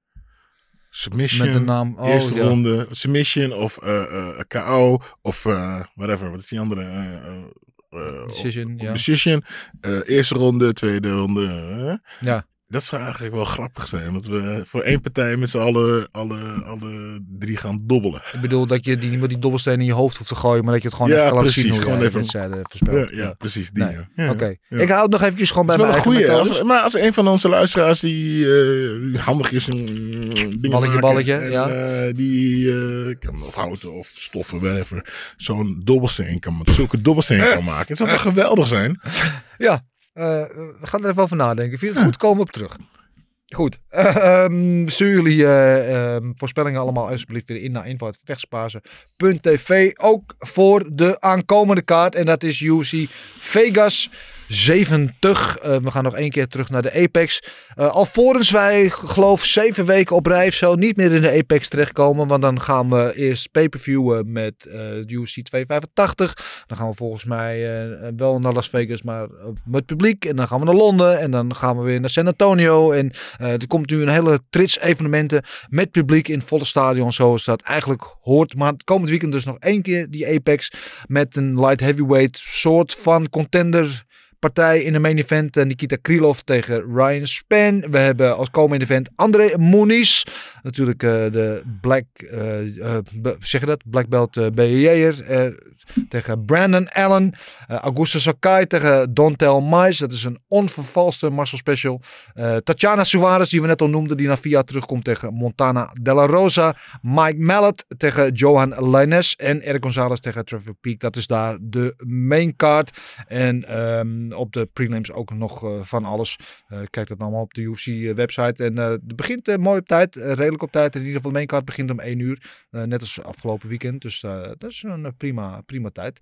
I: Submission,
H: met de naam, oh,
I: eerste
H: ja.
I: ronde, submission of uh, uh, K O of uh, whatever. Wat is die andere? Uh, uh,
H: decision,
I: of,
H: ja.
I: Decision. Uh, eerste ronde, tweede ronde. Uh.
H: Ja.
I: Dat zou eigenlijk wel grappig zijn. Dat we voor één partij met z'n allen alle, alle drie gaan dobbelen.
H: Ik bedoel dat je die, niet met die dobbelsteen in je hoofd hoeft te gooien. Maar dat je het gewoon
I: ja,
H: even kan laten
I: precies,
H: zien hoe
I: gewoon
H: je
I: even
H: wedstrijden voorspelt.
I: Ja, ja, ja, precies. Die,
H: nee.
I: ja.
H: Oké. Okay.
I: Ja.
H: Ik hou het nog eventjes gewoon bij
I: mijn
H: eigen
I: goeie,
H: methodes.
I: als, maar als een van onze luisteraars die uh, handig is een dingen
H: balletje,
I: maken,
H: balletje,
I: en,
H: ja.
I: Uh, die uh, kan of houten of stoffen, whatever, zo'n dobbelsteen kan, zulke dobbelsteen kan maken. Het zou toch geweldig zijn?
H: Ja. Uh, we gaan er even over nadenken. Vind je het goed? Komen we op terug. Goed. Uh, um, stuur jullie uh, um, voorspellingen allemaal alsjeblieft weer in naar info at vechtsparen punt t v. Ook voor de aankomende kaart. En dat is U F C Vegas zeventig. Uh, we gaan nog één keer terug naar de Apex. Uh, alvorens wij, geloof zeven weken op rij of zo, niet meer in de Apex terechtkomen. Want dan gaan we eerst pay-per-viewen met uh, U F C tweehonderdvijfentachtig. Dan gaan we volgens mij uh, wel naar Las Vegas, maar uh, met publiek. En dan gaan we naar Londen. En dan gaan we weer naar San Antonio. En uh, er komt nu een hele trits evenementen met publiek in volle stadion. Zoals dat eigenlijk hoort. Maar het komend weekend dus nog één keer die Apex. Met een light heavyweight soort van contender partij in de main event. Nikita Krylov tegen Ryan Spann. We hebben als co-main event André Muniz. Natuurlijk uh, de black, uh, uh, zeg je dat? Black belt uh, B J J'er. Uh, tegen Brandon Allen. Uh, Augusto Sakai tegen Dontel Mais. Dat is een onvervalste Marcel Special. Uh, Tatiana Suarez, die we net al noemden, die naar V I A terugkomt tegen Montana De La Rosa. Mike Mallet tegen Johan Lainez. En Eric Gonzalez tegen Trevor Peek. Dat is daar de main card. En um, op de prelims ook nog uh, van alles. Uh, kijk dat allemaal op de U F C uh, website. En uh, het begint uh, mooi op tijd. Uh, redelijk op tijd. In ieder geval de main card begint om één uur. Uh, net als afgelopen weekend. Dus uh, dat is een uh, prima, prima tijd.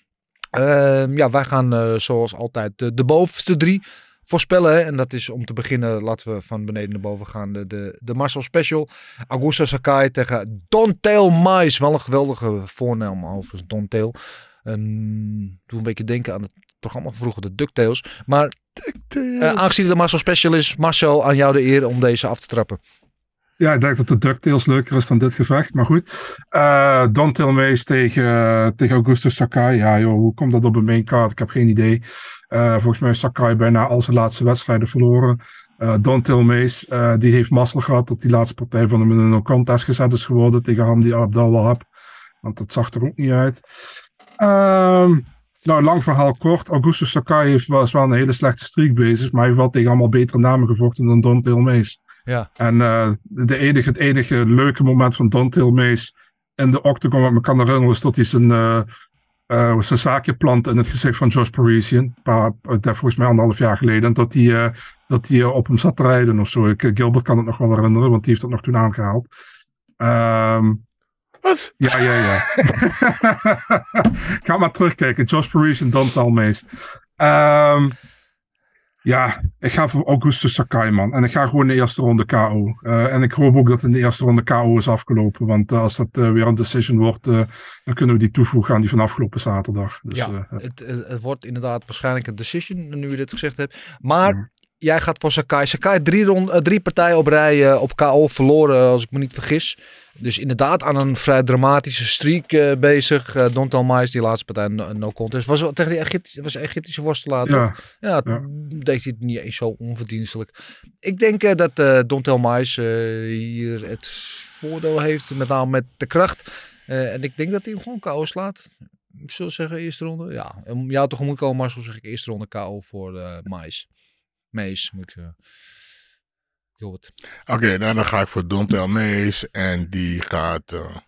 H: Uh, ja, wij gaan uh, zoals altijd de, de bovenste drie voorspellen. Hè? En dat is om te beginnen, laten we van beneden naar boven gaan. De, de, de Marcel Special. Augusto Sakai tegen Dontel Mais. Wel een geweldige voornaam overigens, Dontel. Um, doe een beetje denken aan het programma van vroeger, de DuckTales. Maar uh, aangezien het de Marcel Special is, Marcel, aan jou de eer om deze af te trappen.
C: Ja, ik denk dat de DuckTales leuker is dan dit gevecht, maar goed. Uh, Dontel Mais tegen, uh, tegen Augusto Sakai. Ja joh, hoe komt dat op een main card? Ik heb geen idee. Uh, volgens mij heeft Sakai bijna al zijn laatste wedstrijden verloren. Uh, Dontel Mais, uh, die heeft mazzel gehad dat die laatste partij van hem in een no-contest gezet is geworden tegen Hamdi Abdalwahab. Want dat zag er ook niet uit. Uh, nou, lang verhaal kort. Augusto Sakai heeft, was wel een hele slechte streak bezig, maar hij heeft wel tegen allemaal betere namen gevochten dan Dontel Mais.
H: Ja.
C: En uh, de enige, het enige leuke moment van Dontel Mais in de octagon, wat me kan herinneren, is dat hij zijn, uh, uh, zijn zaakje plant in het gezicht van Josh Parisian. Paar, uh, volgens mij anderhalf jaar geleden. En dat hij, uh, dat hij uh, op hem zat te rijden of zo. Ik, uh, Gilbert kan het nog wel herinneren, want die heeft dat nog toen aangehaald. Um,
I: Wat?
C: Ja, ja, ja. Ga maar terugkijken. Josh Parisian, Dontel Mais. Um, Ja, ik ga voor Augusto Sakai, man. En ik ga gewoon in de eerste ronde K O. Uh, en ik hoop ook dat in de eerste ronde K O is afgelopen. Want uh, als dat uh, weer een decision wordt, uh, dan kunnen we die toevoegen aan die van afgelopen zaterdag. Dus,
H: ja,
C: uh,
H: het, het wordt inderdaad waarschijnlijk een decision, nu je dit gezegd hebt. Maar... Ja. jij gaat voor Sakai. Sakai drie, rond, uh, drie partijen op rij uh, op K O verloren, als ik me niet vergis. Dus inderdaad aan een vrij dramatische streak uh, bezig. Uh, Dontel Mice, die laatste partij, no, no contest. Was tegen die Egyptische, was Egyptische worstelaar.
C: Ja.
H: Ja, ja. Deed hij het niet eens zo onverdienstelijk. Ik denk uh, dat uh, Dontel Mice uh, hier het voordeel heeft, met name met de kracht. Uh, en ik denk dat hij hem gewoon K O slaat. Ik zou zeggen eerste ronde. Ja, om jou tegemoet komen, maar zo zeg ik eerste ronde K O voor uh, Mice. Mees, moet ik zeggen. Oké,
I: okay, nou, dan ga ik voor Dontel Mees. En die gaat... Uh...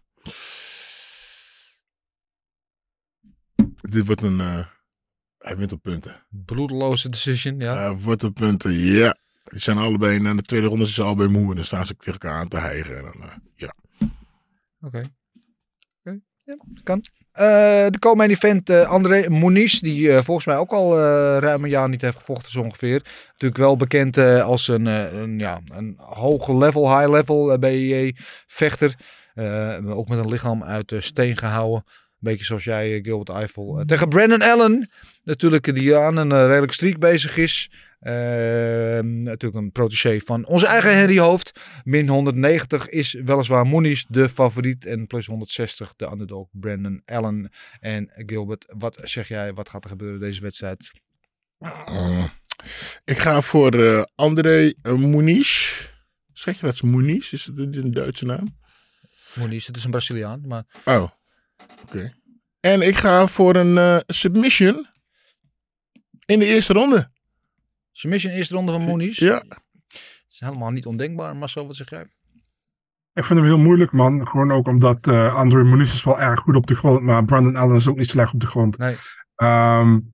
I: Dit wordt een... Uh... Hij wint op punten.
H: Bloedeloze decision, ja.
I: Hij uh, wordt op punten, ja. Die zijn allebei... In de tweede ronde zijn ze allebei moe. En dan staan ze tegen elkaar aan te hijgen. En dan, uh, ja.
H: Oké. Okay. Oké, okay. Ja, kan. Uh, de co-main event uh, André Muniz, die uh, volgens mij ook al uh, ruim een jaar niet heeft gevochten zo ongeveer. Natuurlijk wel bekend uh, als een, uh, een, ja, een hoge level, high level uh, B J J vechter. Uh, ook met een lichaam uit uh, steen gehouden. Een beetje zoals jij, uh, Gilbert Eiffel. Uh, tegen Brandon Allen, natuurlijk die aan een uh, redelijk streak bezig is. Uh, natuurlijk een protégé van onze eigen Henry Hoofd. Min honderdnegentig is weliswaar Muniz de favoriet. En plus honderdzestig de underdog Brandon Allen. En Gilbert, wat zeg jij? Wat gaat er gebeuren deze wedstrijd?
I: Uh, ik ga voor uh, André uh, Muniz. Zeg je dat is Muniz? Is het een Duitse naam?
H: Muniz, het is een Braziliaan. Maar...
I: Oh, oké. Okay. En ik ga voor een uh, submission in de eerste ronde.
H: Submission eerste ronde van Muniz?
I: Ja.
H: Het is helemaal niet ondenkbaar, maar zo wat zeg jij?
C: Ik vind hem heel moeilijk, man. Gewoon ook omdat uh, André Muniz is wel erg goed op de grond, maar Brandon Allen is ook niet slecht op de grond.
H: Nee.
C: Um,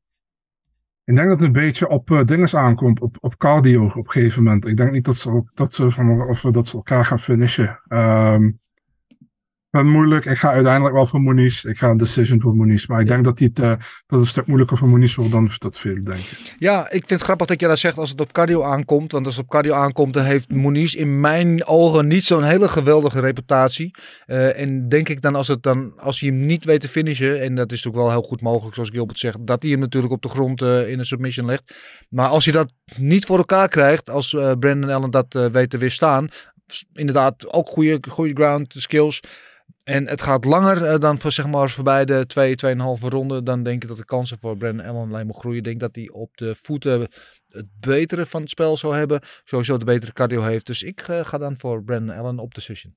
C: ik denk dat het een beetje op uh, dinges aankomt, op, op cardio op een gegeven moment. Ik denk niet dat ze, ook, dat ze, van, of, dat ze elkaar gaan finishen. Um, Ik vind het moeilijk. Ik ga uiteindelijk wel voor Muniz. Ik ga een decision voor Muniz. Maar ik denk dat, die het, uh, dat het een stuk moeilijker voor Muniz wordt dan dat veel denken.
H: Ja, ik vind het grappig dat je dat zegt als het op cardio aankomt. Want als het op cardio aankomt, dan heeft Muniz in mijn ogen niet zo'n hele geweldige reputatie. Uh, en denk ik dan als, het dan als hij hem niet weet te finishen, en dat is natuurlijk wel heel goed mogelijk zoals Gilbert zegt, dat hij hem natuurlijk op de grond uh, in een submission legt. Maar als hij dat niet voor elkaar krijgt, als uh, Brandon Allen dat uh, weet te weerstaan, inderdaad ook goede, goede ground skills. En het gaat langer uh, dan voor, zeg maar, voorbij de twee, tweeënhalve ronde. Dan denk ik dat de kansen voor Brandon Allen alleen maar groeien. Ik denk dat hij op de voeten het betere van het spel zou hebben. Sowieso de betere cardio heeft. Dus ik uh, ga dan voor Brandon Allen op decision.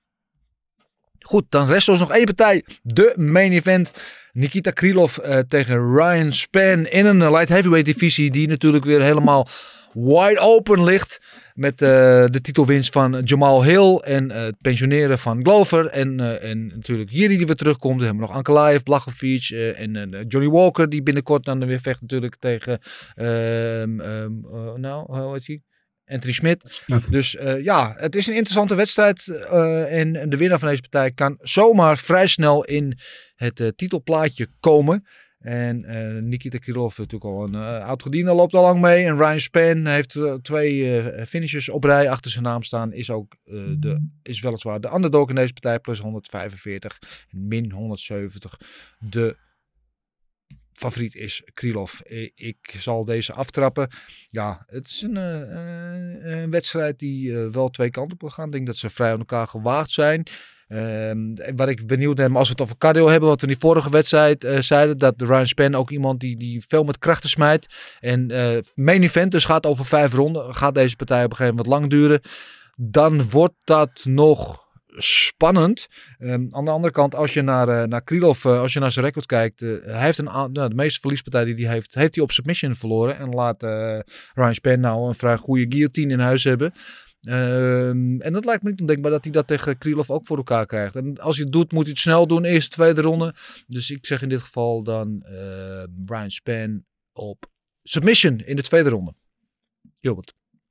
H: Goed, dan rest ons nog één partij. De main event. Nikita Krylov uh, tegen Ryan Spann in een light heavyweight divisie. Die natuurlijk weer helemaal wide open ligt. Met uh, de titelwinst van Jamal Hill en uh, het pensioneren van Glover. En, uh, en natuurlijk Jiri die weer terugkomt. We hebben nog Ankalaev, Blachowicz uh, en uh, Johnny Walker. Die binnenkort dan weer vecht natuurlijk tegen... Uh, um, uh, nou, hoe heet hij? Anthony Smith. Dus uh, ja, het is een interessante wedstrijd. Uh, en de winnaar van deze partij kan zomaar vrij snel in het uh, titelplaatje komen. En uh, Nikita Krylov natuurlijk al een uh, oud-gediende, loopt al lang mee. En Ryan Spann heeft uh, twee uh, finishes op rij achter zijn naam staan. Is ook uh, de, is weliswaar de underdog in deze partij. Plus honderdvijfenveertig en min honderdzeventig. De favoriet is Krylov. Ik zal deze aftrappen. Ja, het is een, uh, een wedstrijd die uh, wel twee kanten op kan gaan. Ik denk dat ze vrij aan elkaar gewaagd zijn. Um, wat ik benieuwd ben, als we het over cardio hebben, wat we in die vorige wedstrijd uh, zeiden, dat Ryan Spann ook iemand die, die veel met krachten smijt. En uh, main event dus gaat over vijf ronden. Gaat deze partij op een gegeven moment lang duren. Dan wordt dat nog spannend. Um, aan de andere kant, als je naar, uh, naar Krylov, uh, als je naar zijn record kijkt, uh, hij heeft een, nou, de meeste verliespartij die hij heeft, heeft hij op submission verloren. En laat uh, Ryan Spann nou een vrij goede guillotine in huis hebben. Um, en dat lijkt me niet ondenkbaar dat hij dat tegen Krylov ook voor elkaar krijgt. En als hij het doet, moet hij het snel doen. Eerste, tweede ronde. Dus ik zeg in dit geval dan uh, Ryan Spann op submission in de tweede ronde. Gilbert.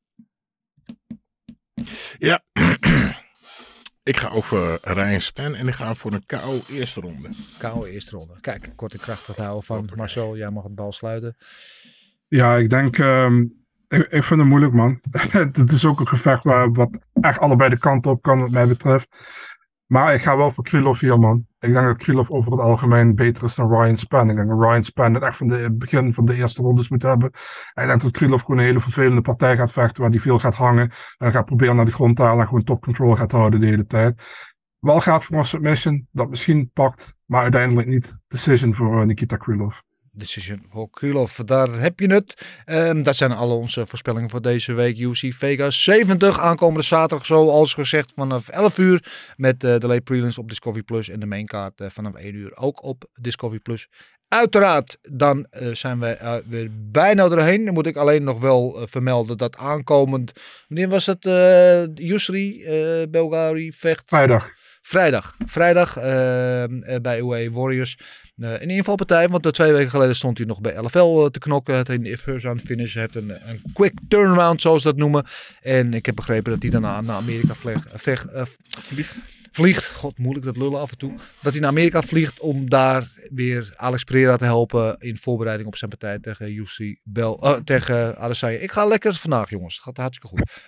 I: Ja, ik ga over Ryan Spann en ik ga voor een K O eerste ronde.
H: K O eerste ronde. Kijk, kort en krachtig houden van Hopper. Marcel. Jij mag het bal sluiten.
C: Ja, ik denk... Um... Ik, ik vind het moeilijk, man. Het is ook een gevecht waar wat echt allebei de kanten op kan, wat mij betreft. Maar ik ga wel voor Krylov hier, man. Ik denk dat Krylov over het algemeen beter is dan Ryan Spann. Ik denk dat Ryan Spann het echt van het begin van de eerste rondes moet hebben. En ik denk dat Krylov gewoon een hele vervelende partij gaat vechten, waar hij veel gaat hangen. En gaat proberen naar de grond te halen en gewoon top control gaat houden de hele tijd. Wel gaat voor een submission, dat misschien pakt, maar uiteindelijk niet. Decision voor uh, Nikita Krylov.
H: Decision voor Krylov, daar heb je het. Um, dat zijn alle onze voorspellingen voor deze week. U F C Vegas zeventig, aankomende zaterdag zoals gezegd vanaf elf uur. Met uh, de late prelims op Discovery Plus en de maincard uh, vanaf één uur ook op Discovery Plus. Uiteraard, dan uh, zijn we uh, weer bijna doorheen. Dan moet ik alleen nog wel uh, vermelden dat aankomend... Wanneer was het? Uh, Yusri, uh, Belgari, vecht?
C: Vrijdag.
H: Vrijdag. Vrijdag uh, uh, bij U A Warriors. Uh, in ieder geval partij, want uh, twee weken geleden stond hij nog bij L F L uh, te knokken. Het in first round finish. Hij heeft een, een quick turnaround, zoals ze dat noemen. En ik heb begrepen dat hij daarna naar Amerika vliegt. Vlieg, uh, vliegt. Vliegt, god moeilijk dat lullen af en toe. Dat hij naar Amerika vliegt om daar weer Alex Pereira te helpen in voorbereiding op zijn partij tegen U F C Bel, uh, tegen Adesanya. Ik ga lekker vandaag, jongens. Het gaat hartstikke goed.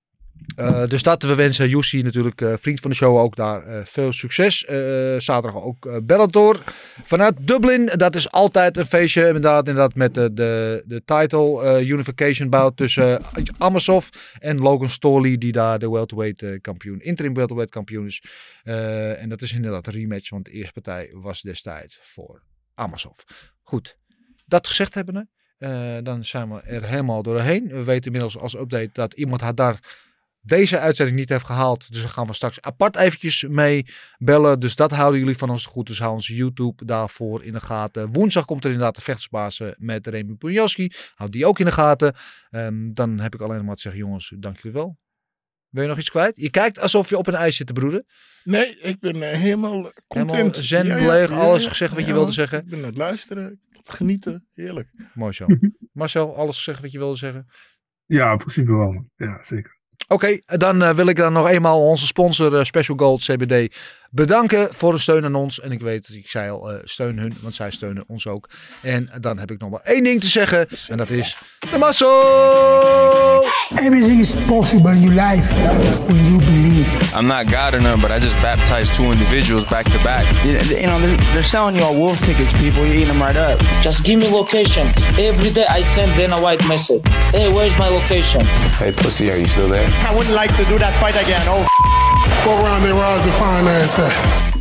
H: Uh, dus dat we wensen U F C natuurlijk, uh, vriend van de show ook daar, uh, veel succes. Uh, zaterdag ook uh, Bellator vanuit Dublin. Dat is altijd een feestje, inderdaad, inderdaad met de, de, de title uh, unification bout tussen uh, Amosov en Logan Storley, die daar de welterweight uh, kampioen, interim welterweight kampioen is. Uh, en dat is inderdaad een rematch, want de eerste partij was destijds voor Amosov. Goed, dat gezegd hebbende, uh, dan zijn we er helemaal doorheen. We weten inmiddels als update dat iemand had daar deze uitzending niet heeft gehaald. Dus daar gaan we straks apart eventjes mee bellen. Dus dat houden jullie van ons goed. Dus hou ons YouTube daarvoor in de gaten. Woensdag komt er inderdaad de vechtersbaas met Remy Punjalski. Houd die ook in de gaten. Um, dan heb ik alleen maar te zeggen, jongens, dank jullie wel. Wil je nog iets kwijt? Je kijkt alsof je op een ijs zit te broeden.
I: Nee, ik ben uh, helemaal content.
H: Helemaal zen, ja, ja, ja, alles ja, gezegd wat ja, je wilde zeggen.
I: Ik ben aan het luisteren,
H: genieten,
I: heerlijk.
H: Mooi zo. Marcel, alles gezegd wat je wilde zeggen?
C: Ja, in principe wel. Ja, zeker.
H: Oké, okay, dan uh, wil ik dan nog eenmaal onze sponsor uh, Special Gold C B D bedanken voor de steun aan ons. En ik weet, ik zei al, uh, steun hun, want zij steunen ons ook. En dan heb ik nog maar één ding te zeggen. En dat is de muscle!
J: Everything is possible in your life when you believe.
K: I'm not God or none, but I just baptized two individuals back to back.
L: You, you know, they're, they're selling you all wolf tickets, people. You're eating them right up.
M: Just give me location. Every day I send Dana White message. Hey, where's my location?
K: Hey, pussy, are you still there?
N: I wouldn't like to do that fight again. Oh,
O: Go around there, Roz, and find that.